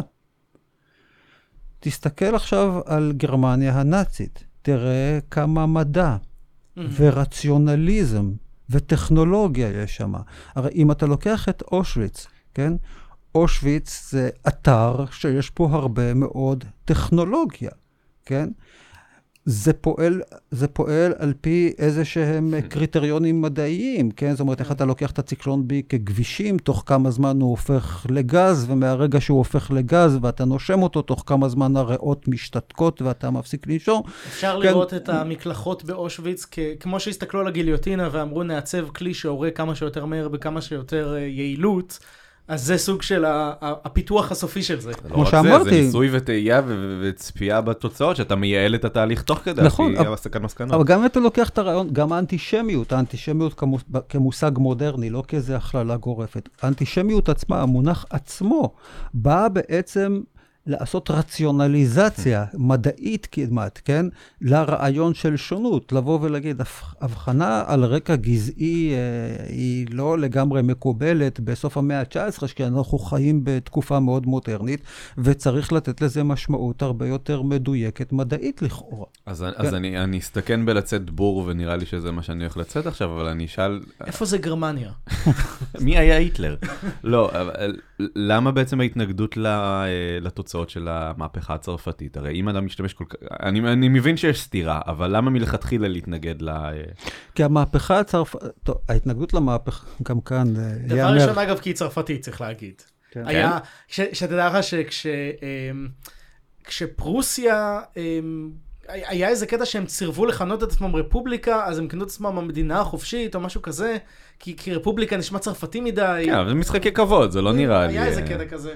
תסתכל עכשיו על גרמניה הנאצית, תראה כמה מדע ורציונליזם וטכנולוגיה יש שם. הרי אם אתה לוקח את אושוויץ, כן? אושוויץ זה אתר שיש פה הרבה מאוד טכנולוגיה, כן? זה פועל, זה פועל על פי איזה שהם קריטריונים מדעיים, כן? זאת אומרת, איך אתה לוקח את הציקלון בי כגבישים, תוך כמה זמן הוא הופך לגז, ומהרגע שהוא הופך לגז ואתה נושם אותו, תוך כמה זמן הריאות משתתקות ואתה מפסיק לנשום. אפשר כן. לראות את המקלחות באושוויץ, כ- כמו שהסתכלו על הגיליוטינה ואמרו נעצב כלי שהורג כמה שיותר מהר בכמה שיותר אה, יעילות, אז זה סוג של ה- ה- הפיתוח הסופי של זה. לא כמו רק זה, שאמרתי. זה ניסוי וטעייה ו- וצפייה בתוצאות, שאתה מייעל את התהליך תוך כדי, נכון, לפי אבל- הסקת מסקנות. אבל גם אם אתה לוקח את הרעיון, גם האנטישמיות, האנטישמיות כמוס, כמושג מודרני, לא כאיזה הכללה גורפת. האנטישמיות עצמה, המונח עצמו, באה בעצם לעשות רציונליזציה מדעית כמעט, כן? לרעיון של שונות, לבוא ולהגיד, הבחנה על רקע גזעי אה, היא לא לגמרי מקובלת בסוף המאה ה-תשע עשרה, כי אנחנו חיים בתקופה מאוד מודרנית, וצריך לתת לזה משמעות הרבה יותר מדויקת מדעית לכאורה. אז, אז אני, אני אסתכן בלצאת בור, ונראה לי שזה מה שאני הולך לצאת עכשיו, אבל אני אשאל... איפה זה גרמניה? מי היה היטלר? לא, אבל למה בעצם ההתנגדות לתוצאות של המהפכה הצרפתית? הרי אם אדם משתמש כל כך... אני, אני מבין שיש סתירה, אבל למה מלכתחילה להתנגד ל... כי המהפכה הצרפתית... טוב, ההתנגדות למהפכה, גם כאן... דבר ראשון, אגב, כי היא צרפתית, צריך להגיד. כן. היה... ש- שתדע לך שכש... אמ, כשפרוסיה... אמ, היה איזה קטע שהם צירבו לכנות את עצמם רפובליקה, אז הם כנו את עצמם המדינה החופשית או משהו כזה, כי, כי רפובליקה נשמע צרפתי מדי. כן, אבל זה משחקי כבוד, זה לא נראה לי... היה איזה קטע כזה.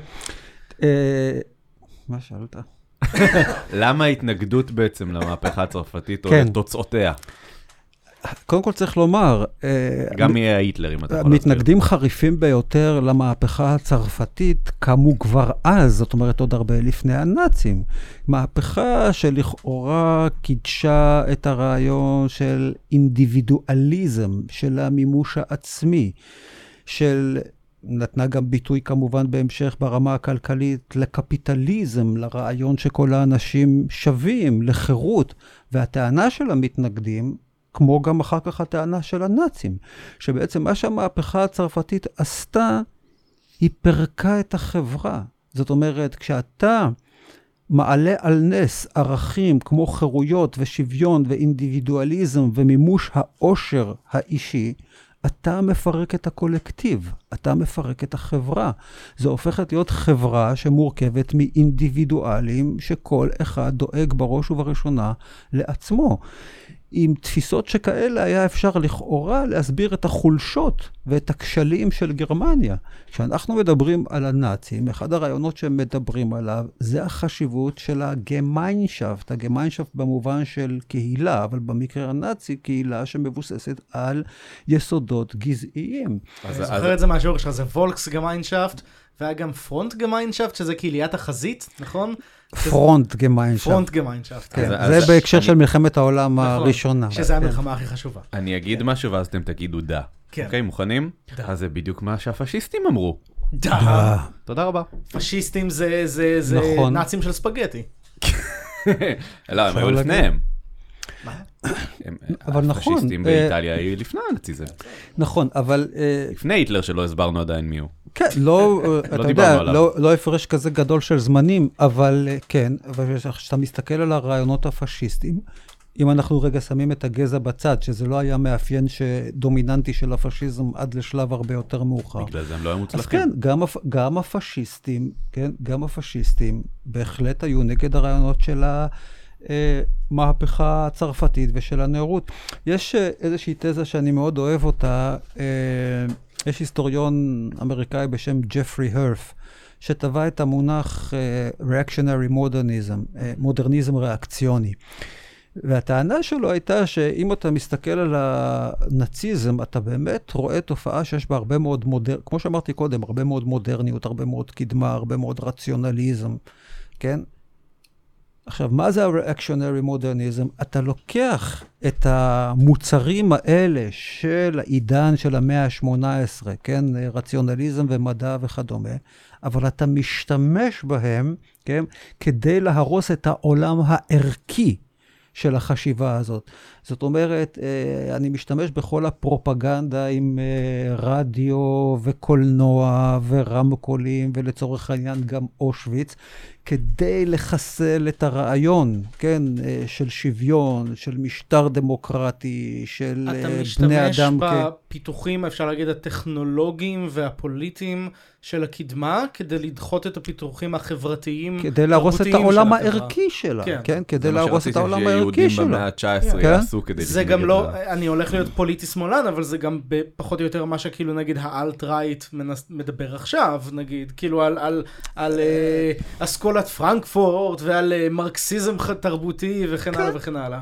מה שאלת? למה ההתנגדות בעצם למהפכה הצרפתית או כן. לתוצאותיה? קודם כל צריך לומר... גם יהיה היטלר, אם אתה יכול להסביר. המתנגדים חריפים ביותר למהפכה הצרפתית קמו כבר אז, זאת אומרת עוד הרבה לפני הנאצים. מהפכה שלכאורה קידשה את הרעיון של אינדיבידואליזם, של המימוש העצמי, של... נתנה גם ביטוי כמובן בהמשך ברמה הכלכלית לקפיטליזם, לרעיון שכל האנשים שווים, לחירות. והטענה של המתנגדים כמו גם אחר כך הטענה של הנאצים, שבעצם מה שהמהפכה הצרפתית עשתה, היא פרקה את החברה. זאת אומרת, כשאתה מעלה על נס ערכים כמו חירויות ושוויון ואינדיבידואליזם ומימוש העושר האישי, אתה מפרק את הקולקטיב, אתה מפרק את החברה. זו הופכת להיות חברה שמורכבת מאינדיבידואלים שכל אחד דואג בראש ובראשונה לעצמו. עם תפיסות שכאלה היה אפשר לכאורה להסביר את החולשות ואת הכשלים של גרמניה. כשאנחנו מדברים על הנאצים, אחד הרעיונות שהם מדברים עליו, זה החשיבות של הגמיינשפט, הגמיינשפט במובן של קהילה, אבל במקרה הנאצי, קהילה שמבוססת על יסודות גזעיים. אני זוכר את זה מהשיעור שלך, זה וולקס גמיינשפט, והיה גם פרונט גמיינשפט, שזה קהיליית החזית, נכון? פרונט גמיינשפט. פרונט גמיינשפט, כן. זה בהקשר של מלחמת העולם הראשונה. שזה המלחמה הכי חשובה. אני אגיד משהו ואז אתם תגידו דה. אוקיי, מוכנים? אז זה בדיוק מה שהפשיסטים אמרו. דה. תודה רבה. פשיסטים זה נאצים של ספגטי. לא, הם היו לפניהם. מה? אבל נכון. הפשיסטים באיטליה היו לפני הנאציזם. נכון, אבל... לפני היטלר שלא הסברנו עדיין מי הוא. כן, לא, אתה יודע, לא הפרש כזה גדול של זמנים, אבל כן, כשאתה מסתכל על הרעיונות הפשיסטיים, אם אנחנו רגע שמים את הגזע בצד, שזה לא היה מאפיין דומיננטי של הפשיזם עד לשלב הרבה יותר מאוחר. בגלל זה הם לא היו מוצלחים. אז כן, גם הפשיסטים, כן, גם הפשיסטים בהחלט היו נגד הרעיונות של המהפכה הצרפתית ושל הנאורות. יש איזושהי תזה שאני מאוד אוהב אותה, יש היסטוריון אמריקאי בשם ג'פרי הרף, שטבע את המונח uh, reactionary modernism, uh, מודרניזם ריאקציוני. והטענה שלו הייתה שאם אתה מסתכל על הנאציזם, אתה באמת רואה תופעה שיש בה הרבה מאוד מודר... כמו שאמרתי קודם, הרבה מאוד מודרניות, הרבה מאוד קדמה, הרבה מאוד רציונליזם, כן? עכשיו, מה זה ה-reactionary modernism? אתה לוקח את המוצרים האלה של העידן של המאה ה-שמונה עשרה, כן? רציונליזם ומדע וכדומה, אבל אתה משתמש בהם, כן? כדי להרוס את העולם הערכי של החשיבה הזאת. זאת אומרת, אני משתמש בכל הפרופגנדה עם רדיו וקולנוע ורמקולים, ולצורך העניין גם אושוויץ, כדי לחסל את הרעיון, כן, של שוויון, של משטר דמוקרטי, של בני אדם. אתה משתמש בפיתוחים, אפשר להגיד, הטכנולוגיים והפוליטיים של הקדמה, כדי לדחות את הפיתוחים החברתיים. כדי להרוס את העולם הערכי שלה, כן, כדי להרוס את העולם הערכי שלה. במאה ה-תשע עשרה יעשו כדי... זה גם לא, אני הולך להיות פוליטי שמאלן, אבל זה גם פחות או יותר מה שכאילו נגיד האלט-רייט מדבר עכשיו, נגיד, כאילו על, על, על אסכולת פרנקפורט ועל מרקסיזם תרבותי וכן הלאה וכן הלאה.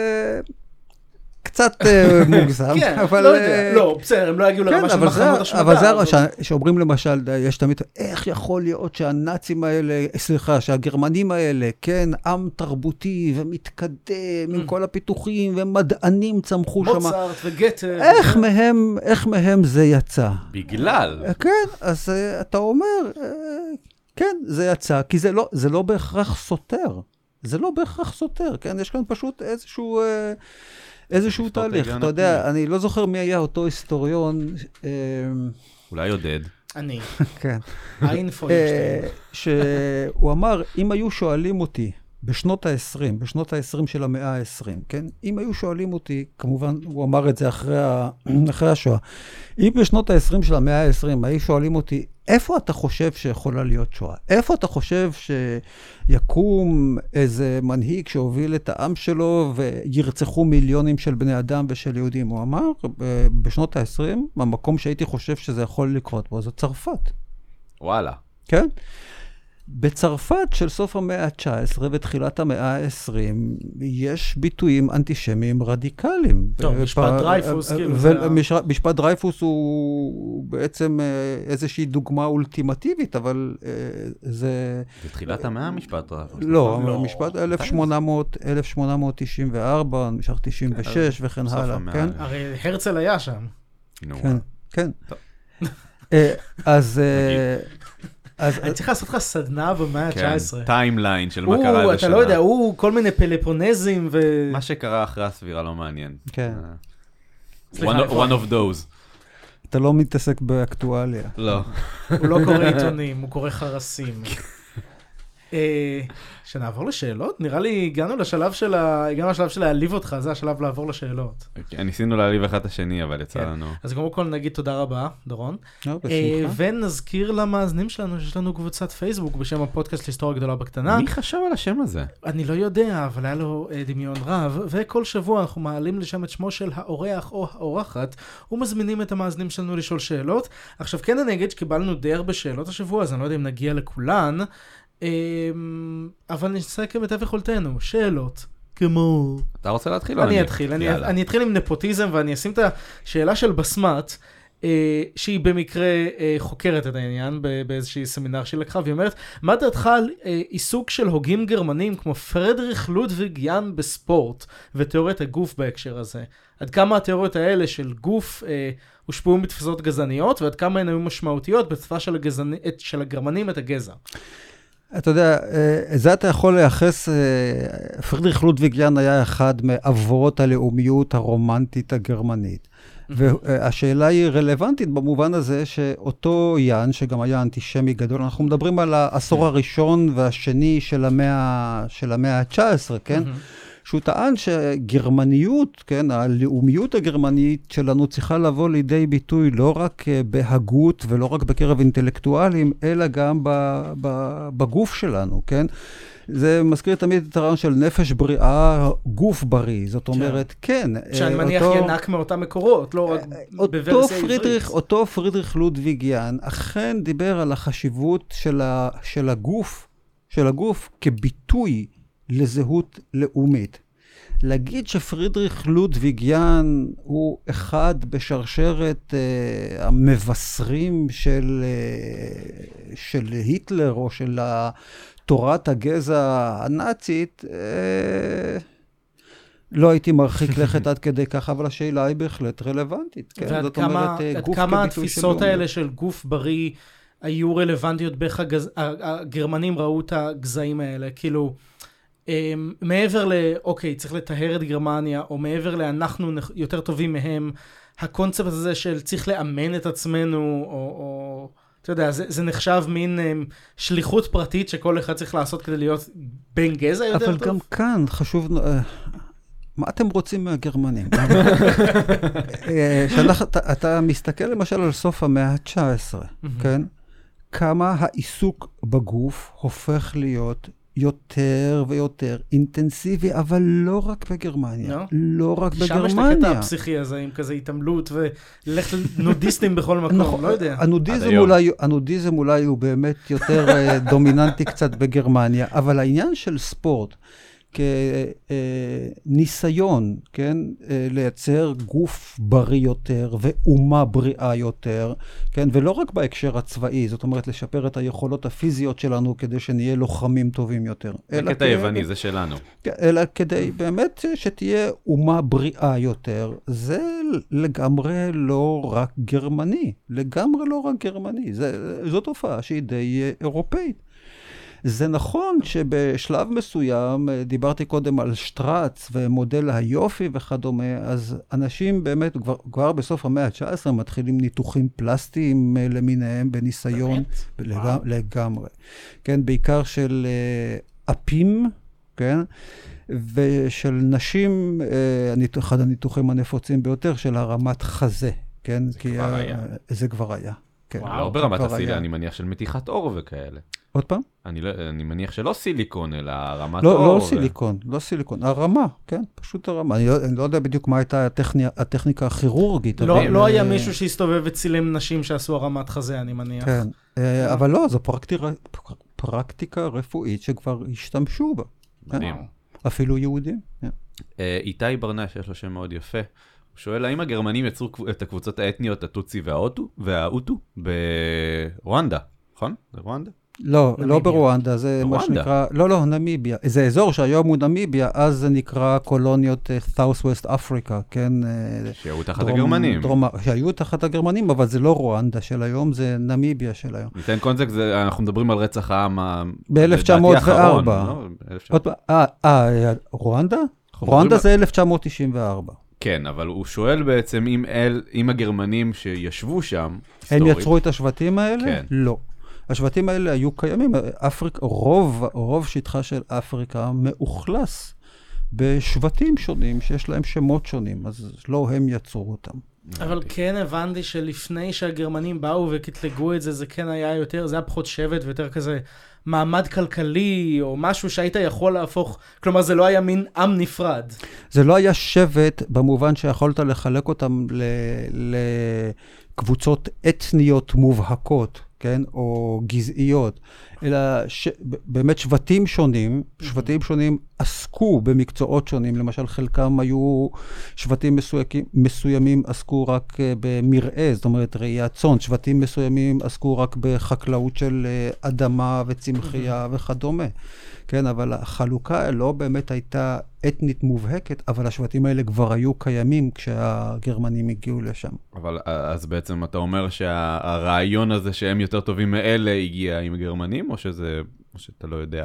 קצת מוגזם, אבל... לא יודע, לא, בסדר, הם לא יגיעו לרמה של מחנות השמדה. אבל זה שאומרים למשל, יש תמיד, איך יכול להיות שהנאצים האלה, סליחה, שהגרמנים האלה, כן, עם תרבותי ומתקדם עם כל הפיתוחים ומדענים צמחו שם. מוצרט וגטר. איך מהם, איך מהם זה יצא? בגלל. כן, אז אתה אומר, כן, זה יצא, כי זה לא בהכרח סותר. זה לא בהכרח סותר, כן? יש כאן פשוט איזשהו... איזשהו תהליך, אתה יודע, אני לא זוכר מי היה אותו היסטוריון. אולי עודד. אני. כן. האינפו שהוא אמר, אם היו שואלים אותי, בשנות ה-עשרים, בשנות ה-עשרים של המאה ה-עשרים, כן? אם היו שואלים אותי, כמובן, הוא אמר את זה אחרי, ה... אחרי השואה, אם בשנות ה-עשרים של המאה ה-עשרים, היו שואלים אותי, איפה אתה חושב שיכולה להיות שואה? איפה אתה חושב שיקום איזה מנהיג שהוביל את העם שלו וירצחו מיליונים של בני אדם ושל יהודים? הוא אמר, בשנות ה-עשרים, המקום שהייתי חושב שזה יכול לקרות בו, זו צרפת. וואלה. כן? בצרפת של סוף המאה ה-תשע עשרה ותחילת המאה ה-עשרים יש ביטויים אנטישמיים רדיקליים. טוב, משפט דרייפוס. משפט דרייפוס הוא בעצם איזושהי דוגמה אולטימטיבית, אבל זה... בתחילת המאה המשפט דרייפוס. לא, משפט אלף שמונה מאות תשעים וארבע, נמשך תשעים ושש וכן הלאה. הרי הרצל היה שם. כן, כן. אז... אני צריך לעשות לך סדנה במאה ה-תשע עשרה. טיימליין של מה קרה איזה אתה לא יודע, הוא כל מיני פלפונזים ו... מה שקרה אחרי הספירה לא מעניין. כן. One of those. אתה לא מתעסק באקטואליה. לא. הוא לא קורא עיתונים, הוא קורא חרסים. שנעבור לשאלות? נראה לי הגענו לשלב של ה... הגענו לשלב של להעליב אותך, זה השלב לעבור לשאלות. ניסינו להעליב אחד השני, אבל יצא לנו. אז קודם כל נגיד תודה רבה, דורון. בשמחה. ונזכיר למאזינים שלנו שיש לנו קבוצת פייסבוק בשם הפודקאסט להיסטוריה גדולה בקטנה. מי חשב על השם הזה? אני לא יודע, אבל היה לו דמיון רב, וכל שבוע אנחנו מעלים לשם את שמו של האורח או האורחת, ומזמינים את המאזינים שלנו לשאול שאלות. עכשיו כן אני אגיד שקיבלנו די הרבה שאלות השבוע, אז אני לא יודע אם נגיע לכולן. אבל נעשה כמיטב יכולתנו, שאלות, כמו... אתה רוצה להתחיל? אני אתחיל, אני אתחיל עם נפוטיזם ואני אשים את השאלה של בסמת, שהיא במקרה חוקרת את העניין באיזושהי סמינר שהיא לקחה, והיא אומרת, מה דעתך על עיסוק של הוגים גרמנים כמו פרדריך לודוויג יאן בספורט ותיאוריית הגוף בהקשר הזה? עד כמה התיאוריות האלה של גוף הושפעו מתפיסות גזעניות, ועד כמה הן היו משמעותיות בתפיסה של הגרמנים את הגזע? אתה יודע, זה אתה יכול לייחס, פרידריך לודוויג יאן היה אחד מאבות הלאומיות הרומנטית הגרמנית. והשאלה היא רלוונטית במובן הזה שאותו יאן, שגם היה אנטישמי גדול, אנחנו מדברים על העשור הראשון והשני של המאה, של המאה ה-תשע עשרה, כן? שהוא טען שגרמניות, כן, הלאומיות הגרמנית שלנו צריכה לבוא לידי ביטוי לא רק בהגות ולא רק בקרב אינטלקטואלים, אלא גם בגוף שלנו, כן? זה מזכיר תמיד את הרעיון של נפש בריאה, גוף בריא. זאת אומרת, כן. שאני מניח ינק מאותם מקורות, לא רק בוורסיה עברית. אותו פרידריך לודוויג יאן אכן דיבר על החשיבות של הגוף, של הגוף כביטוי לזהות לאומית. להגיד שפרידריך לודוויג יאן הוא אחד בשרשרת uh, המבשרים של, uh, של היטלר או של תורת הגזע הנאצית, uh, לא הייתי מרחיק לכת עד כדי כך, אבל השאלה היא בהחלט רלוונטית. כן? ועד זאת כמה, אומרת, עד גוף כמה כביטוי התפיסות האלה של גוף בריא היו רלוונטיות באיך הגז... הגרמנים ראו את הגזעים האלה, כאילו, מעבר ל, אוקיי, צריך לטהר את גרמניה, או מעבר לאנחנו יותר טובים מהם, הקונספט הזה של צריך לאמן את עצמנו, או, או אתה יודע, זה, זה נחשב מין um, שליחות פרטית שכל אחד צריך לעשות כדי להיות בן גזע יותר אבל טוב. אבל גם כאן חשוב, uh, מה אתם רוצים מהגרמנים? שאנחנו, אתה, אתה מסתכל למשל על סוף המאה ה-תשע עשרה, כן? כמה העיסוק בגוף הופך להיות יותר ויותר אינטנסיבי, אבל לא רק בגרמניה. לא רק בגרמניה. שם יש את הקטע הפסיכי הזה, עם כזה התעמלות ולך נודיסטים בכל מקום, לא יודע. הנודיזם אולי הוא באמת יותר דומיננטי קצת בגרמניה, אבל העניין של ספורט, כניסיון, כן, לייצר גוף בריא יותר ואומה בריאה יותר, כן, ולא רק בהקשר הצבאי, זאת אומרת לשפר את היכולות הפיזיות שלנו כדי שנהיה לוחמים טובים יותר. הקטע היווני, זה שלנו. אלא כדי באמת שתהיה אומה בריאה יותר, זה לגמרי לא רק גרמני, לגמרי לא רק גרמני, זו תופעה שהיא די אירופאית. זה נכון שבשלב מסוים, דיברתי קודם על שטרץ ומודל היופי וכדומה, אז אנשים באמת כבר, כבר בסוף המאה ה-תשע עשרה מתחילים ניתוחים פלסטיים למיניהם בניסיון לגמרי, לגמרי. כן, בעיקר של אפים, כן, ושל נשים, אחד הניתוחים הנפוצים ביותר של הרמת חזה, כן, זה כבר היה. זה כבר היה. כן. לא ברמת הסילה, אני מניח של מתיחת אור וכאלה. עוד פעם? אני, לא, אני מניח שלא סיליקון, אלא רמת לא, אור. לא סיליקון, ו... לא סיליקון, הרמה, כן, פשוט הרמה. אני לא, אני לא יודע בדיוק מה הייתה הטכני, הטכניקה הכירורגית. לא, אבל... לא היה מישהו שהסתובב וצילם נשים שעשו הרמת חזה, אני מניח. כן, אבל לא, זו פרקטיקה, פרקטיקה רפואית שכבר השתמשו בה. מדהים. אפילו יהודים. איתי ברנש, יש לו שם מאוד יפה. הוא שואל, האם הגרמנים יצרו את הקבוצות האתניות, הטוצי והאוטו, והאוטו ברואנדה, נכון? זה רואנדה? לא, נמיביה. לא ברואנדה, זה מה רואנדה. שנקרא, לא, לא, נמיביה. זה אזור שהיום הוא נמיביה, אז זה נקרא קולוניות Southwest Africa, כן? שהיו תחת דרום- הגרמנים. דרום, שהיו תחת הגרמנים, אבל זה לא רואנדה של היום, זה נמיביה של היום. ניתן קונטקסט, זה- אנחנו מדברים על רצח העם ה- ב-אלף תשע מאות וארבע. לדעתי האחרון, לא? אלף תשע מאות. עוד פעם, אה, אה, רואנדה? רואנדה מדברים זה אלף תשע מאות תשעים וארבע. כן, אבל הוא שואל בעצם אם אל, אם הגרמנים שישבו שם, הם היסטורית, יצרו את השבטים האלה? כן. לא. השבטים האלה היו קיימים. אפריק, רוב, רוב שטחה של אפריקה מאוכלס בשבטים שונים שיש להם שמות שונים, אז לא הם יצרו אותם. אבל כן הבנתי שלפני שהגרמנים באו וקטלגו את זה, זה כן היה יותר, זה היה פחות שבט ויותר כזה מעמד כלכלי, או משהו שהיית יכול להפוך, כלומר זה לא היה מין עם נפרד. זה לא היה שבט במובן שיכולת לחלק אותם לקבוצות אתניות מובהקות, כן? או גזעיות, אלא ש... באמת שבטים שונים, שבטים שונים עסקו במקצועות שונים, למשל חלקם היו שבטים מסוימים, מסוימים עסקו רק במרעה, זאת אומרת ראיית צאן, שבטים מסוימים עסקו רק בחקלאות של אדמה וצמחייה וכדומה. כן, אבל החלוקה לא באמת הייתה אתנית מובהקת, אבל השבטים האלה כבר היו קיימים כשהגרמנים הגיעו לשם. אבל אז בעצם אתה אומר שהרעיון הזה שהם יותר טובים מאלה הגיע עם הגרמנים, או שזה, או שאתה לא יודע?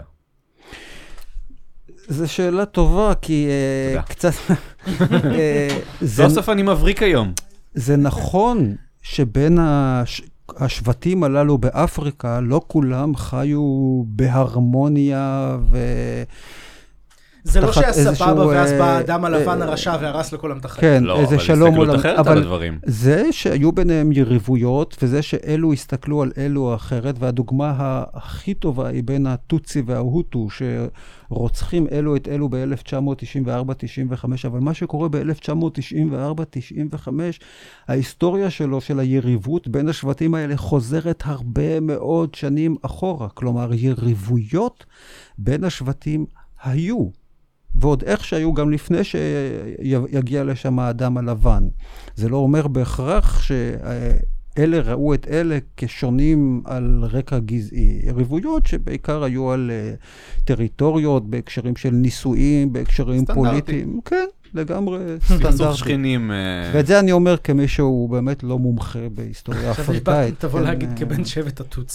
זו שאלה טובה, כי uh, קצת... סוף סוף אני מבריק היום. זה נכון שבין הש... השבטים הללו באפריקה, לא כולם חיו בהרמוניה ו... זה לא שהיה סבבה, איזשהו, ואז אה, בא האדם הלבן אה, הרשע והרס לכולם את החיים. כן, לא, איזה אבל שלום הסתכלות עולם. אחרת על הדברים. זה שהיו ביניהם יריבויות, וזה שאלו הסתכלו על אלו אחרת, והדוגמה הכי טובה היא בין הטוצי וההוטו, שרוצחים אלו את אלו ב-אלף תשע מאות תשעים וארבע תשעים וחמש, אבל מה שקורה ב-אלף תשע מאות תשעים וארבע תשעים וחמש, ההיסטוריה שלו, של היריבות בין השבטים האלה, חוזרת הרבה מאוד שנים אחורה. כלומר, יריבויות בין השבטים היו. ועוד איך שהיו גם לפני שיגיע לשם האדם הלבן. זה לא אומר בהכרח שאלה ראו את אלה כשונים על רקע גזעי. יריבויות שבעיקר היו על טריטוריות, בהקשרים של נישואים, בהקשרים פוליטיים. כן, לגמרי סטנדרטי. סכסוך שכנים. ואת זה אני אומר כמישהו באמת לא מומחה בהיסטוריה אפריקאית. תבוא להגיד כבן שבט הטוצי.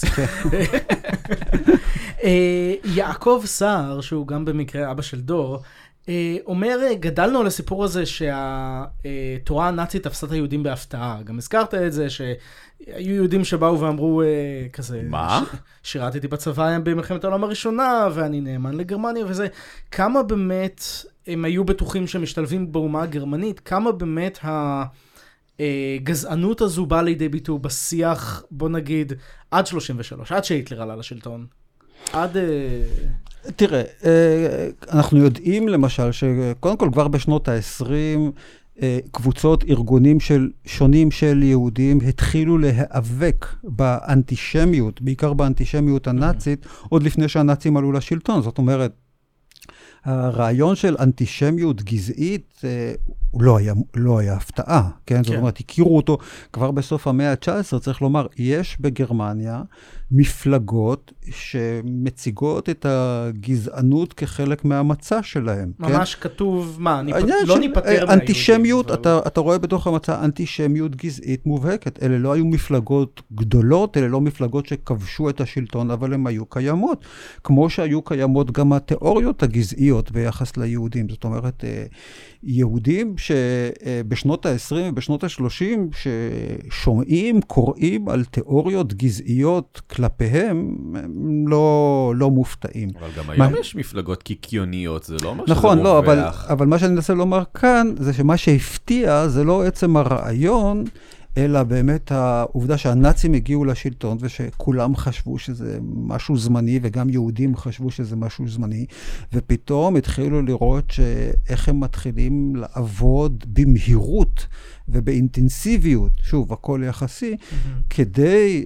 יעקב סער, שהוא גם במקרה אבא של דור, אומר, גדלנו על הסיפור הזה שהתורה הנאצית תפסה את היהודים בהפתעה. גם הזכרת את זה שהיו יהודים שבאו ואמרו כזה... מה? שירתתי בצבא במלחמת העולם הראשונה, ואני נאמן לגרמניה וזה. כמה באמת הם היו בטוחים שמשתלבים באומה הגרמנית? כמה באמת הגזענות הזו באה לידי ביטוי בשיח, בוא נגיד, עד שלושים ושלוש, עד שהיטלר עלה לשלטון? עד... תראה, אנחנו יודעים למשל שקודם כל כבר בשנות ה-עשרים קבוצות, ארגונים של, שונים של יהודים התחילו להיאבק באנטישמיות, בעיקר באנטישמיות הנאצית, עוד לפני שהנאצים עלו לשלטון. זאת אומרת, הרעיון של אנטישמיות גזעית הוא לא היה, לא היה הפתעה, כן? כן. זאת אומרת, הכירו אותו כבר בסוף המאה ה-תשע עשרה, צריך לומר, יש בגרמניה מפלגות שמציגות את הגזענות כחלק מהמצע שלהם. ממש כן? כתוב, מה, ניפ... לא של... ניפטר אנטישמיות, מהיהודים. אתה, אתה רואה בתוך המצע אנטישמיות גזעית מובהקת. אלה לא היו מפלגות גדולות, אלה לא מפלגות שכבשו את השלטון, אבל הן היו קיימות. כמו שהיו קיימות גם התיאוריות הגזעיות ביחס ליהודים. זאת אומרת, יהודים שבשנות ה-עשרים ובשנות ה-שלושים ששומעים, קוראים על תיאוריות גזעיות כלפיהם, הם לא, לא מופתעים. אבל גם היום מה... יש מפלגות קיקיוניות, זה לא מה שזה נכון, רווח. לא, אבל, אבל מה שאני מנסה לומר כאן, זה שמה שהפתיע, זה לא עצם הרעיון, אלא באמת העובדה שהנאצים הגיעו לשלטון, ושכולם חשבו שזה משהו זמני, וגם יהודים חשבו שזה משהו זמני, ופתאום התחילו לראות שאיך הם מתחילים לעבוד במהירות ובאינטנסיביות, שוב, הכל יחסי, mm-hmm. כדי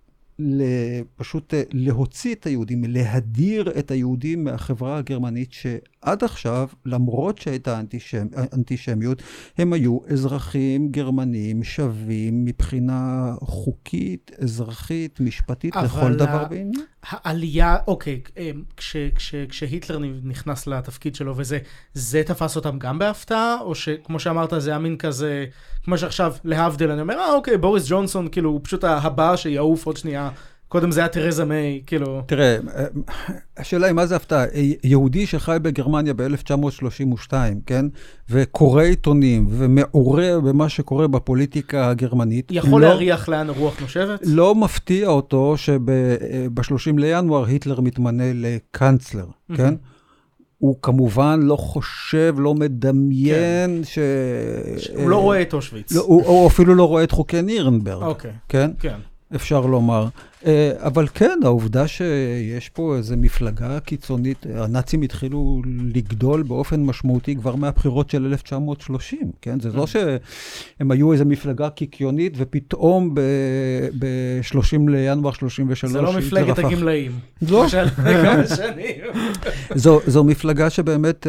פשוט להוציא את היהודים, להדיר את היהודים מהחברה הגרמנית שעד עכשיו, למרות שהייתה אנטישמ... אנטישמיות, הם היו אזרחים גרמנים שווים מבחינה חוקית, אזרחית, משפטית, לכל דבר בעניין. העלייה, אוקיי, כש, כש, כשהיטלר נכנס לתפקיד שלו וזה, זה תפס אותם גם בהפתעה, או שכמו שאמרת, זה היה מין כזה, כמו שעכשיו להבדיל, אני אומר, אה, אוקיי, בוריס ג'ונסון, כאילו, הוא פשוט הבא שיעוף עוד שנייה, קודם זה היה תרזה מיי, כאילו... תראה, השאלה היא מה זה הפתעה. יהודי שחי בגרמניה ב-אלף תשע מאות שלושים ושתיים, כן? וקורא עיתונים ומעורה במה שקורה בפוליטיקה הגרמנית. יכול לא, להריח לאן הרוח נושבת? לא מפתיע אותו שב-שלושים לינואר היטלר מתמנה לקנצלר, כן? הוא כמובן לא חושב, לא מדמיין ש... הוא לא רואה את אושוויץ. הוא אפילו לא רואה את חוקי נירנברג, אוקיי. כן? כן. אפשר לומר. אבל כן, העובדה שיש פה איזו מפלגה קיצונית, הנאצים התחילו לגדול באופן משמעותי כבר מהבחירות של אלף תשע מאות שלושים, כן? זה לא שהם היו איזו מפלגה קיקיונית, ופתאום ב-שלושים לינואר שלושים ושלוש... זה לא מפלגת הגמלאים. לא. כמה שנים. זו מפלגה שבאמת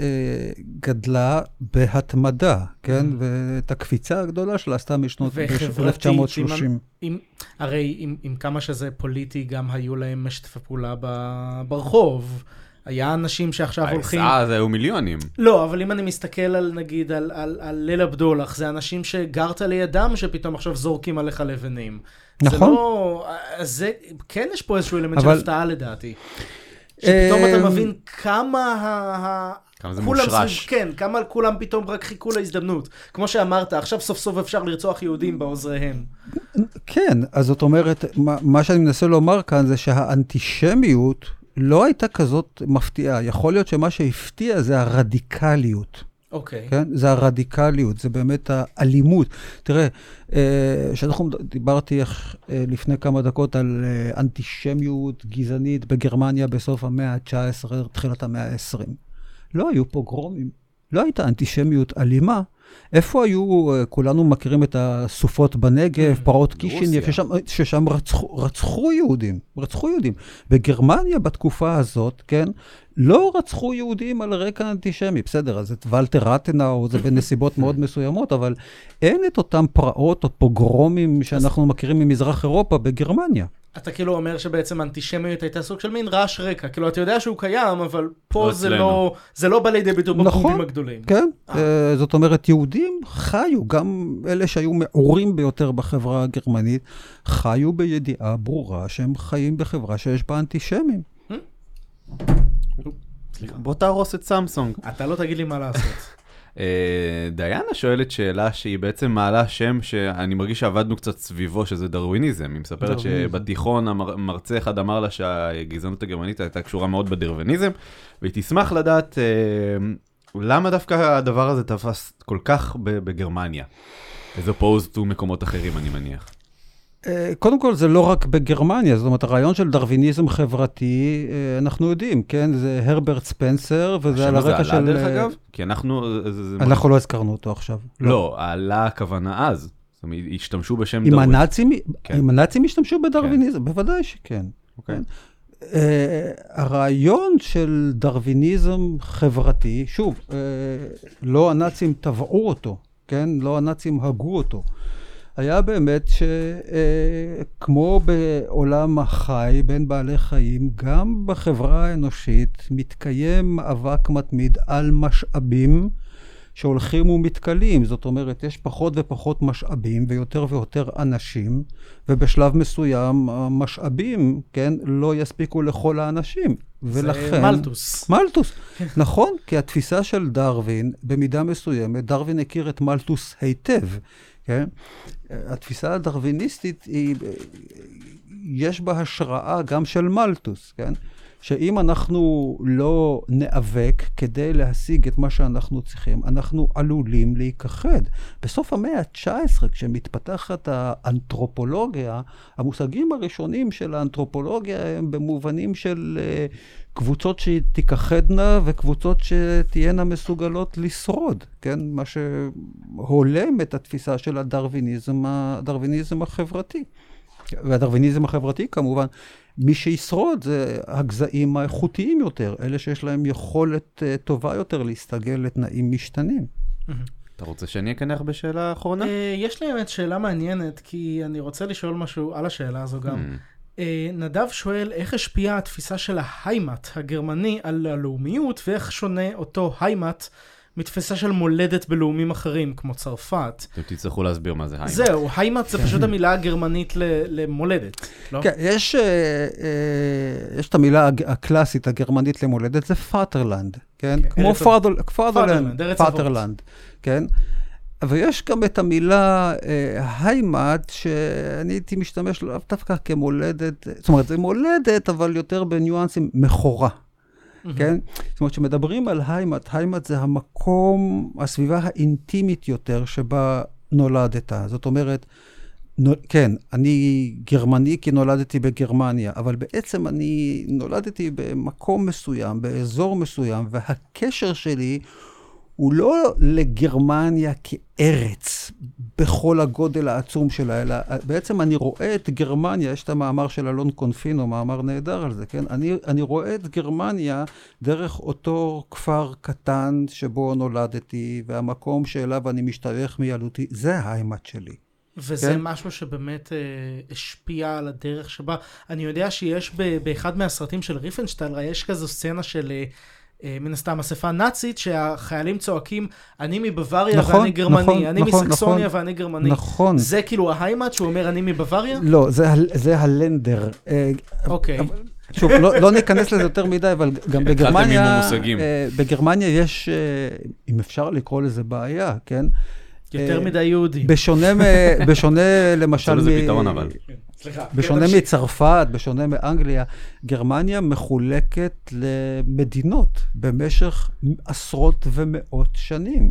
גדלה בהתמדה, כן? ואת הקפיצה הגדולה שלה עשתה משנות אלף תשע מאות שלושים. הרי עם, עם כמה שזה פוליטי, גם היו להם משתפי פעולה ברחוב. היה אנשים שעכשיו הולכים... אה, זה היו מיליונים. לא, אבל אם אני מסתכל על, נגיד, על, על, על ליל הבדולח, זה אנשים שגרת לידם, שפתאום עכשיו זורקים עליך לבנים. נכון. זה לא... זה... כן יש פה איזשהו אלמנט אבל... של הפתעה לדעתי. שפתאום אתה מבין כמה ה... כמה זה מושרש. כן, כמה כולם פתאום רק חיכו להזדמנות. כמו שאמרת, עכשיו סוף סוף אפשר לרצוח יהודים בעוזריהם. כן, אז זאת אומרת, מה, מה שאני מנסה לומר כאן זה שהאנטישמיות לא הייתה כזאת מפתיעה. יכול להיות שמה שהפתיע זה הרדיקליות. אוקיי. כן? זה הרדיקליות, זה באמת האלימות. תראה, שאנחנו דיברתי לפני כמה דקות על אנטישמיות גזענית בגרמניה בסוף המאה ה-תשע עשרה, תחילת המאה ה-עשרים. לא היו פוגרומים, לא הייתה אנטישמיות אלימה. איפה היו, כולנו מכירים את הסופות בנגב, פרעות קישינב, ששם, ששם רצחו, רצחו יהודים, רצחו יהודים. בגרמניה בתקופה הזאת, כן, לא רצחו יהודים על רקע אנטישמי. בסדר, אז את ולטר רטנאו, זה בנסיבות מאוד מסוימות, אבל אין את אותם פרעות או פוגרומים שאנחנו מכירים ממזרח אירופה בגרמניה. אתה כאילו אומר שבעצם אנטישמיות הייתה סוג של מין רעש רקע. כאילו, אתה יודע שהוא קיים, אבל פה זה לא, זה לא בא לידי ביטוי בפומבים הגדולים. כן, זאת אומרת, יהודים חיו, גם אלה שהיו מעורים ביותר בחברה הגרמנית, חיו בידיעה ברורה שהם חיים בחברה שיש בה אנטישמים. בוא תהרוס את סמסונג. אתה לא תגיד לי מה לעשות. דיינה שואלת שאלה שהיא בעצם מעלה שם שאני מרגיש שעבדנו קצת סביבו, שזה דרוויניזם. היא מספרת שבתיכון המרצה אחד אמר לה שהגזענות הגרמנית הייתה קשורה מאוד בדרוויניזם, והיא תשמח לדעת למה דווקא הדבר הזה תפס כל כך בגרמניה, as opposed to מקומות אחרים, אני מניח. קודם כל, זה לא רק בגרמניה, זאת אומרת, הרעיון של דרוויניזם חברתי, אנחנו יודעים, כן? זה הרברט ספנסר, וזה על הרקע של... השם הזה עלה דרך אגב? כי אנחנו... אנחנו לא הזכרנו אותו עכשיו. לא, עלה הכוונה אז. זאת אומרת, השתמשו בשם דרוויניזם. אם הנאצים השתמשו בדרוויניזם, בוודאי שכן. הרעיון של דרוויניזם חברתי, שוב, לא הנאצים טבעו אותו, כן? לא הנאצים הגו אותו. היה באמת שכמו בעולם החי, בין בעלי חיים, גם בחברה האנושית מתקיים מאבק מתמיד על משאבים שהולכים ומתקלים. זאת אומרת, יש פחות ופחות משאבים ויותר ויותר אנשים, ובשלב מסוים המשאבים, כן, לא יספיקו לכל האנשים. ולכן, זה מלטוס. מלטוס, נכון, כי התפיסה של דרווין, במידה מסוימת, דרווין הכיר את מלטוס היטב, כן? התפיסה הדרוויניסטית היא, יש בה השראה גם של מלטוס, כן? שאם אנחנו לא נאבק כדי להשיג את מה שאנחנו צריכים, אנחנו עלולים להיכחד. בסוף המאה ה-תשע עשרה, כשמתפתחת האנתרופולוגיה, המושגים הראשונים של האנתרופולוגיה הם במובנים של uh, קבוצות שתיכחדנה וקבוצות שתהיינה מסוגלות לשרוד, כן? מה שהולם את התפיסה של הדרוויניזם, הדרוויניזם החברתי. והדרוויניזם החברתי, כמובן, מי שישרוד זה הגזעים האיכותיים יותר, אלה שיש להם יכולת uh, טובה יותר להסתגל לתנאים משתנים. אתה רוצה שאני אקנח בשאלה האחרונה? יש לי באמת שאלה מעניינת, כי אני רוצה לשאול משהו על השאלה הזו גם. נדב שואל, איך השפיעה התפיסה של ההיימט הגרמני על הלאומיות, ואיך שונה אותו היימט מתפיסה של מולדת בלאומים אחרים, כמו צרפת? אתם תצטרכו להסביר מה זה היימט. זהו, היימט זה פשוט המילה הגרמנית למולדת, לא? כן, יש, יש את המילה הקלאסית הגרמנית למולדת, זה פאטרלנד, כן? כמו פאדרלנד, פאטרלנד, כן? אבל יש גם את המילה היימט, שאני הייתי משתמש לא דווקא כמולדת, זאת אומרת, זה מולדת, אבל יותר בניואנסים מכורה. כן? זאת אומרת, שמדברים על היימט, היימט זה המקום, הסביבה האינטימית יותר שבה נולדת. זאת אומרת, כן, אני גרמני כי נולדתי בגרמניה, אבל בעצם אני נולדתי במקום מסוים, באזור מסוים, והקשר שלי הוא לא לגרמניה כארץ, בכל הגודל העצום שלה, אלא בעצם אני רואה את גרמניה, יש את המאמר של אלון קונפינו, מאמר נהדר על זה, כן? אני, אני רואה את גרמניה דרך אותו כפר קטן שבו נולדתי, והמקום שאליו אני משתייך מילדותי, זה ההיימט שלי. וזה כן? משהו שבאמת אה, השפיע על הדרך שבה, אני יודע שיש ב, באחד מהסרטים של ריפנשטיילר, יש כזו סצנה של... אה, מן הסתם, אספה נאצית, שהחיילים צועקים, אני מבוואריה נכון, ואני גרמני, נכון, אני נכון, מסקסוניה נכון, ואני גרמני. נכון. זה כאילו ההיימט שהוא אומר, אני מבוואריה? לא, זה, זה הלנדר. אוקיי. שוב, לא, לא ניכנס לזה יותר מדי, אבל גם בגרמניה, בגרמניה יש, אם אפשר לקרוא לזה בעיה, כן? יותר מדי יהודי. בשונה, בשונה למשל... זה פתרון אבל. בשונה מצרפת, בשונה מאנגליה, גרמניה מחולקת למדינות במשך עשרות ומאות שנים.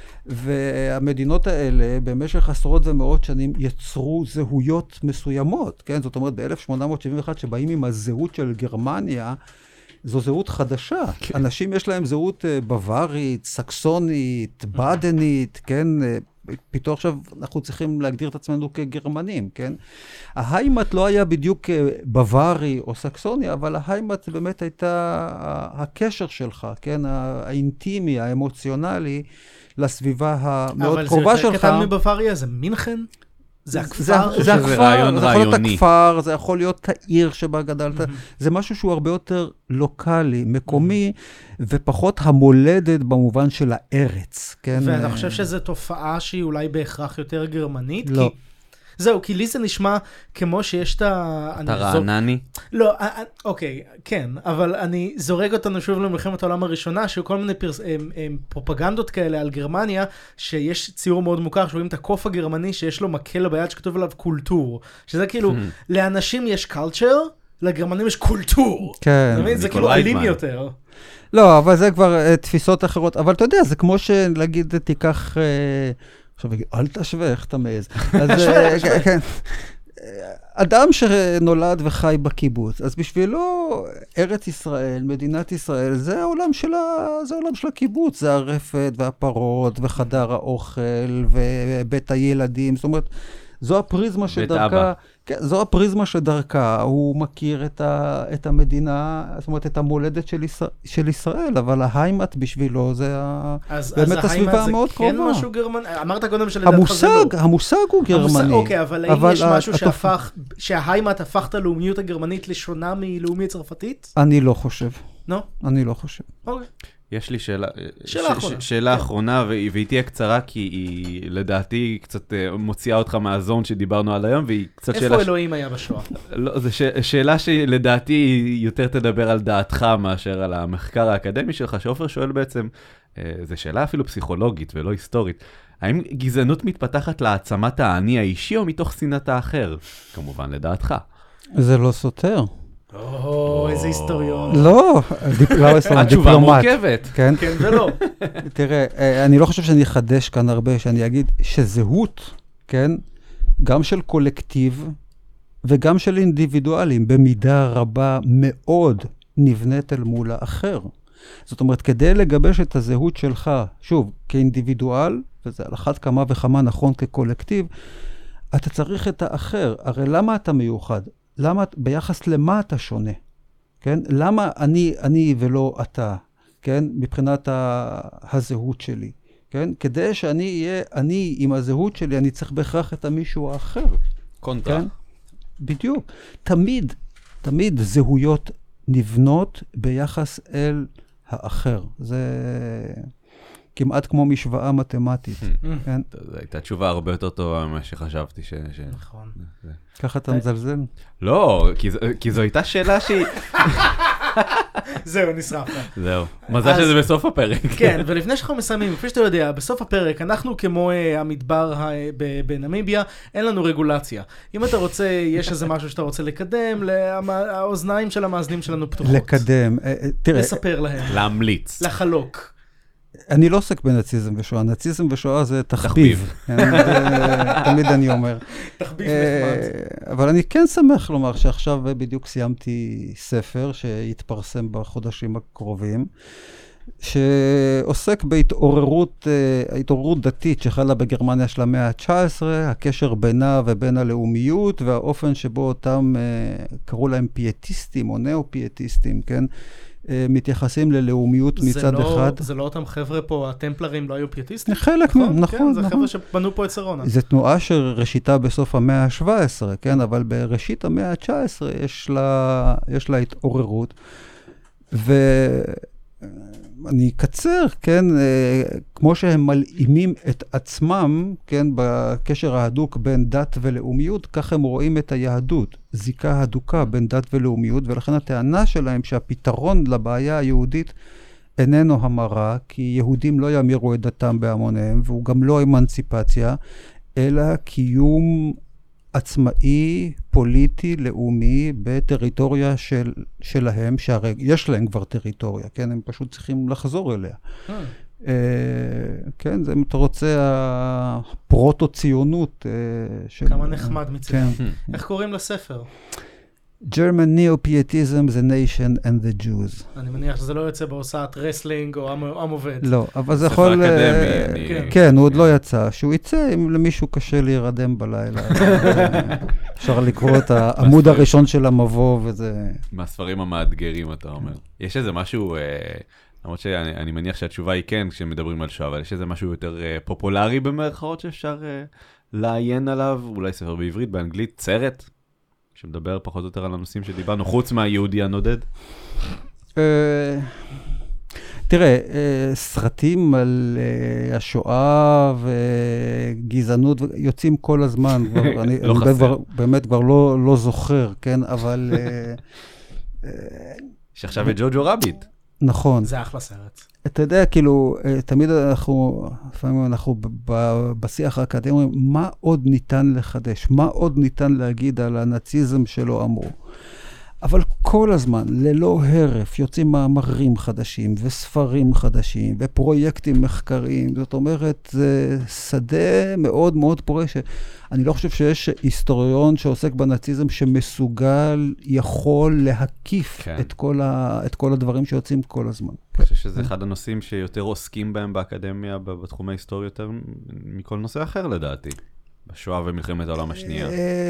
והמדינות האלה במשך עשרות ומאות שנים יצרו זהויות מסוימות, כן? זאת אומרת, ב-אלף שמונה מאות שבעים ואחת שבאים עם הזהות של גרמניה, זו זהות חדשה. כן. אנשים יש להם זהות בווארית, סקסונית, בדנית, כן? פתאום עכשיו אנחנו צריכים להגדיר את עצמנו כגרמנים, כן? ההיימט לא היה בדיוק בווארי או סקסוני, אבל ההיימט באמת הייתה הקשר שלך, כן? האינטימי, האמוציונלי, לסביבה המאוד קרובה שלך. אבל זה יותר קטן מבוואריה, זה מינכן? זה הכפר? זה, זה, זה רעיון זה יכול להיות הכפר, זה יכול להיות העיר שבה גדלת. Mm-hmm. זה משהו שהוא הרבה יותר לוקלי, מקומי, mm-hmm. ופחות המולדת במובן של הארץ. כן? ואתה חושב שזו תופעה שהיא אולי בהכרח יותר גרמנית? לא. כי... זהו, כי לי זה נשמע כמו שיש את ה... אתה רענני? לא, אוקיי, כן, אבל אני זורק אותנו שוב למלחמת העולם הראשונה, שהיו כל מיני פרס... הם, הם, פרופגנדות כאלה על גרמניה, שיש ציור מאוד מוכר, שרואים את הקוף הגרמני שיש לו מקל ביד שכתוב עליו קולטור, שזה כאילו, לאנשים יש קלצ'ר, לגרמנים יש קולטור. כן. זה כאילו אלים יותר. לא, אבל זה כבר תפיסות אחרות, אבל אתה יודע, זה כמו שלהגיד, תיקח... עכשיו, אל תשווה, איך אתה מעז. אז, כן. אדם שנולד וחי בקיבוץ, אז בשבילו ארץ ישראל, מדינת ישראל, זה העולם של, ה... זה העולם של הקיבוץ, זה הרפת והפרות וחדר האוכל ובית הילדים, זאת אומרת, זו הפריזמה שדרכה, כן, זו הפריזמה שדרכה, הוא מכיר את, ה, את המדינה, זאת אומרת, את המולדת של, ישראל, של ישראל, אבל ההיימט בשבילו זה אז, באמת אז הסביבה המאוד קרובה. אז ההיימט זה כן משהו גרמני? אמרת קודם שלדעתך המושג, זה לא. המושג הוא גרמני. המושג, אוקיי, אבל האם יש משהו התופ... שהפך, שההיימט הפך את הלאומיות הגרמנית לשונה מלאומית צרפתית? אני לא חושב. לא? אני לא חושב. אוקיי. יש לי שאלה, שאלה ש, אחרונה. שאלה אחרונה, והיא, והיא תהיה קצרה, כי היא לדעתי קצת מוציאה אותך מהזון שדיברנו על היום, והיא קצת שאלה... איפה אלוהים היה בשואה? לא, זו ש, שאלה שלדעתי יותר תדבר על דעתך מאשר על המחקר האקדמי שלך, שאופר שואל בעצם, זו שאלה אפילו פסיכולוגית ולא היסטורית, האם גזענות מתפתחת להעצמת האני האישי או מתוך שנאת האחר? כמובן, לדעתך. זה לא סותר. או, איזה היסטוריון. לא, דיפלומט. התשובה מורכבת. כן ולא. תראה, אני לא חושב שאני אחדש כאן הרבה, שאני אגיד שזהות, כן, גם של קולקטיב וגם של אינדיבידואלים, במידה רבה מאוד נבנית אל מול האחר. זאת אומרת, כדי לגבש את הזהות שלך, שוב, כאינדיבידואל, וזה על אחת כמה וכמה נכון כקולקטיב, אתה צריך את האחר. הרי למה אתה מיוחד? למה, ביחס למה אתה שונה? כן? למה אני, אני ולא אתה? כן? מבחינת הזהות שלי. כן? כדי שאני אהיה, אני עם הזהות שלי, אני צריך בהכרח את המישהו האחר. קונטרה. כן? בדיוק. תמיד, תמיד זהויות נבנות ביחס אל האחר. זה כמעט כמו משוואה מתמטית. כן? זו הייתה תשובה הרבה יותר טובה ממה שחשבתי ש... נכון. ככה אתה מזלזל? לא, כי זו הייתה שאלה שהיא... זהו, נשרפת. זהו. מזל שזה בסוף הפרק. כן, ולפני שאנחנו מסיימים, כפי שאתה יודע, בסוף הפרק, אנחנו כמו המדבר בנמיביה, אין לנו רגולציה. אם אתה רוצה, יש איזה משהו שאתה רוצה לקדם, האוזניים של המאזנים שלנו פתוחות. לקדם. תראה. לספר להם. להמליץ. לחלוק. אני לא עוסק בנאציזם ושואה. נאציזם ושואה זה תחביב. תמיד אני אומר. תחביב נחמד. אבל אני כן שמח לומר שעכשיו בדיוק סיימתי ספר שיתפרסם בחודשים הקרובים, שעוסק בהתעוררות, ההתעוררות דתית שחלה בגרמניה של המאה ה-תשע עשרה, הקשר בינה ובין הלאומיות, והאופן שבו אותם, קראו להם פייטיסטים או נאו-פייטיסטים, כן? מתייחסים ללאומיות מצד אחד. זה לא אותם חבר'ה פה, הטמפלרים לא היו פייטיסטים? חלק מהם, נכון, נכון. זה חבר'ה שבנו פה את שרונה. זו תנועה שראשיתה בסוף המאה ה-שבע עשרה, כן? אבל בראשית המאה ה-תשע עשרה יש לה, יש לה התעוררות. ואני אקצר, כן? כמו שהם מלאימים את עצמם, כן? בקשר ההדוק בין דת ולאומיות, כך הם רואים את היהדות. זיקה הדוקה בין דת ולאומיות, ולכן הטענה שלהם שהפתרון לבעיה היהודית איננו המרה, כי יהודים לא יאמירו את דתם בהמוניהם, והוא גם לא אמנציפציה, אלא קיום עצמאי, פוליטי, לאומי, בטריטוריה של, שלהם, שהרי יש להם כבר טריטוריה, כן? הם פשוט צריכים לחזור אליה. Uh, כן, זה אם אתה רוצה הפרוטו-ציונות. Uh, של... כמה נחמד מצדם. כן. איך קוראים לספר? German Neo-Pietism, the Nation and the Jews. אני מניח שזה לא יוצא בהוצאת רסלינג או עם עובד. לא, אבל זה יכול... ספר אקדמי. כן, כן, הוא עוד לא יצא. שהוא יצא, אם למישהו קשה להירדם בלילה. אפשר לקרוא את העמוד הראשון של המבוא, וזה... מהספרים המאתגרים, אתה אומר. יש איזה משהו... למרות שאני מניח שהתשובה היא כן כשמדברים על שואה, אבל יש איזה משהו יותר פופולרי במרכאות שאפשר לעיין עליו, אולי ספר בעברית, באנגלית, סרט, שמדבר פחות או יותר על הנושאים שדיברנו, חוץ מהיהודי הנודד? תראה, סרטים על השואה וגזענות יוצאים כל הזמן, אני באמת כבר לא זוכר, כן, אבל... שעכשיו את ג'וג'ו רביט. נכון. זה אחלה סרט. אתה יודע, כאילו, תמיד אנחנו, לפעמים אנחנו בשיח האקדמי, מה עוד ניתן לחדש? מה עוד ניתן להגיד על הנאציזם שלא אמרו? אבל כל הזמן, ללא הרף, יוצאים מאמרים חדשים וספרים חדשים ופרויקטים מחקריים. זאת אומרת, זה שדה מאוד מאוד פורה, שאני לא חושב שיש היסטוריון שעוסק בנאציזם שמסוגל, יכול להקיף כן. את, כל ה, את כל הדברים שיוצאים כל הזמן. אני חושב שזה אחד הנושאים שיותר עוסקים בהם באקדמיה, בתחום ההיסטוריה, יותר מכל נושא אחר לדעתי. בשואה ומלחמת העולם השנייה.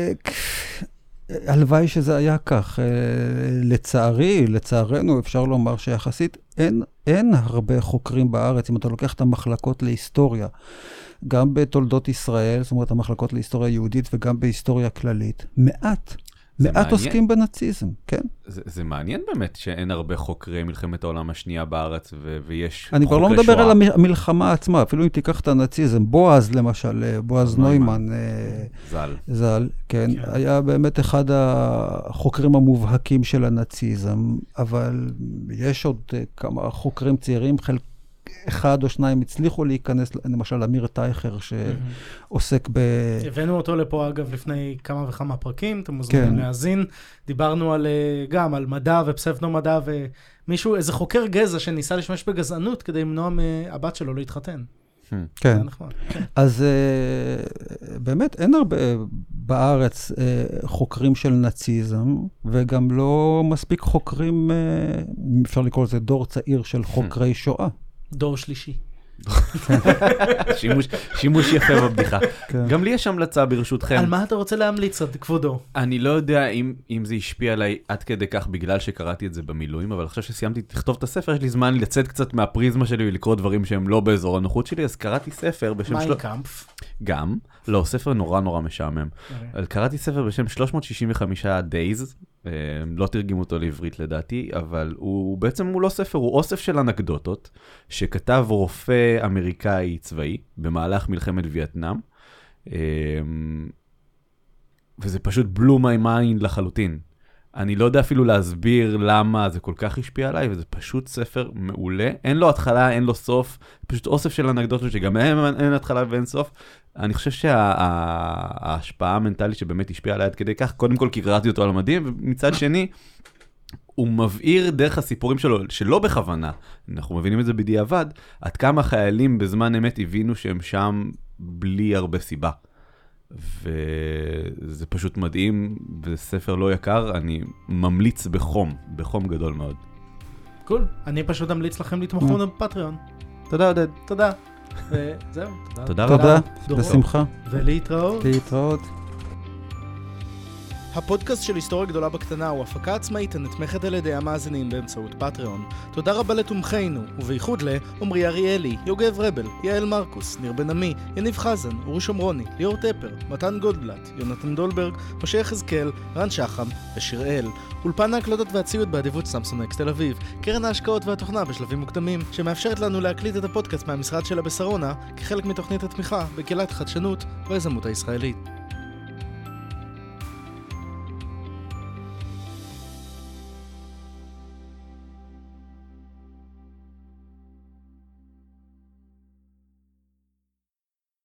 הלוואי שזה היה כך. לצערי, לצערנו, אפשר לומר שיחסית אין, אין הרבה חוקרים בארץ, אם אתה לוקח את המחלקות להיסטוריה, גם בתולדות ישראל, זאת אומרת, המחלקות להיסטוריה יהודית וגם בהיסטוריה כללית. מעט. מעט מעניין. עוסקים בנאציזם, כן? זה, זה מעניין באמת שאין הרבה חוקרי מלחמת העולם השנייה בארץ ו- ויש אני כבר לא מדבר שואה. על המלחמה עצמה, אפילו אם תיקח את הנאציזם, בועז למשל, בועז נוימן, זל, זל כן, כן, היה באמת אחד החוקרים המובהקים של הנאציזם, אבל יש עוד כמה חוקרים צעירים, חלק אחד או שניים הצליחו להיכנס, למשל אמיר טייכר שעוסק ב... הבאנו אותו לפה אגב לפני כמה וכמה פרקים, אתם מוזמנים להאזין, דיברנו על, גם על מדע ופסבדו מדע ומישהו, איזה חוקר גזע שניסה לשמש בגזענות כדי למנוע מהבת שלו להתחתן. כן, אז באמת אין הרבה בארץ חוקרים של נאציזם, וגם לא מספיק חוקרים, אפשר לקרוא לזה דור צעיר של חוקרי שואה. דור שלישי. שימוש, שימוש יפה בבדיחה. גם לי יש המלצה ברשותכם. על מה אתה רוצה להמליץ, כבודו? אני לא יודע אם, אם זה השפיע עליי עד כדי כך בגלל שקראתי את זה במילואים, אבל עכשיו שסיימתי לכתוב את הספר, יש לי זמן לצאת קצת מהפריזמה שלי ולקרוא דברים שהם לא באזור הנוחות שלי, אז קראתי ספר בשם... מיין קאמפף. גם, לא, ספר נורא נורא משעמם. אוקיי. קראתי ספר בשם שלוש מאות שישים וחמישה Days, לא תרגים אותו לעברית לדעתי, אבל הוא בעצם הוא לא ספר, הוא אוסף של אנקדוטות, שכתב רופא אמריקאי צבאי, במהלך מלחמת וייטנאם, וזה פשוט blew my mind לחלוטין. אני לא יודע אפילו להסביר למה זה כל כך השפיע עליי, וזה פשוט ספר מעולה. אין לו התחלה, אין לו סוף, פשוט אוסף של אנקדוטות שגם אין, אין התחלה ואין סוף. אני חושב שההשפעה המנטלית שבאמת השפיעה עליי עד כדי כך, קודם כל כי קראתי אותו על המדים, ומצד שני, הוא מבהיר דרך הסיפורים שלו, שלא בכוונה, אנחנו מבינים את זה בדיעבד, עד כמה חיילים בזמן אמת הבינו שהם שם בלי הרבה סיבה. וזה פשוט מדהים, וספר לא יקר, אני ממליץ בחום, בחום גדול מאוד. קול, אני פשוט אמליץ לכם לתמוך בנו בפטריון. תודה עודד. תודה. וזהו, תודה. תודה תודה, דורון. בשמחה. ולהתראות. להתראות. הפודקאסט של היסטוריה גדולה בקטנה הוא הפקה עצמאית הנתמכת על ידי המאזינים באמצעות פטריון. תודה רבה לתומכינו, ובייחוד לעומרי אריאלי, יוגב רבל, יעל מרקוס, ניר בן עמי, יניב חזן, אורי שומרוני, ליאור טפר, מתן גולדבלט, יונתן דולברג, משה יחזקאל, רן שחם ושיראל. אולפן ההקלטות והציוד באדיבות סמסונג אקס תל אביב, קרן ההשקעות והתוכנה בשלבים מוקדמים, שמאפשרת לנו להקליט את הפודקאסט מהמשרד שלה בשרונה, כחלק מתוכנית התמיכה בקהילת החדשנות והיזמות הישראלית.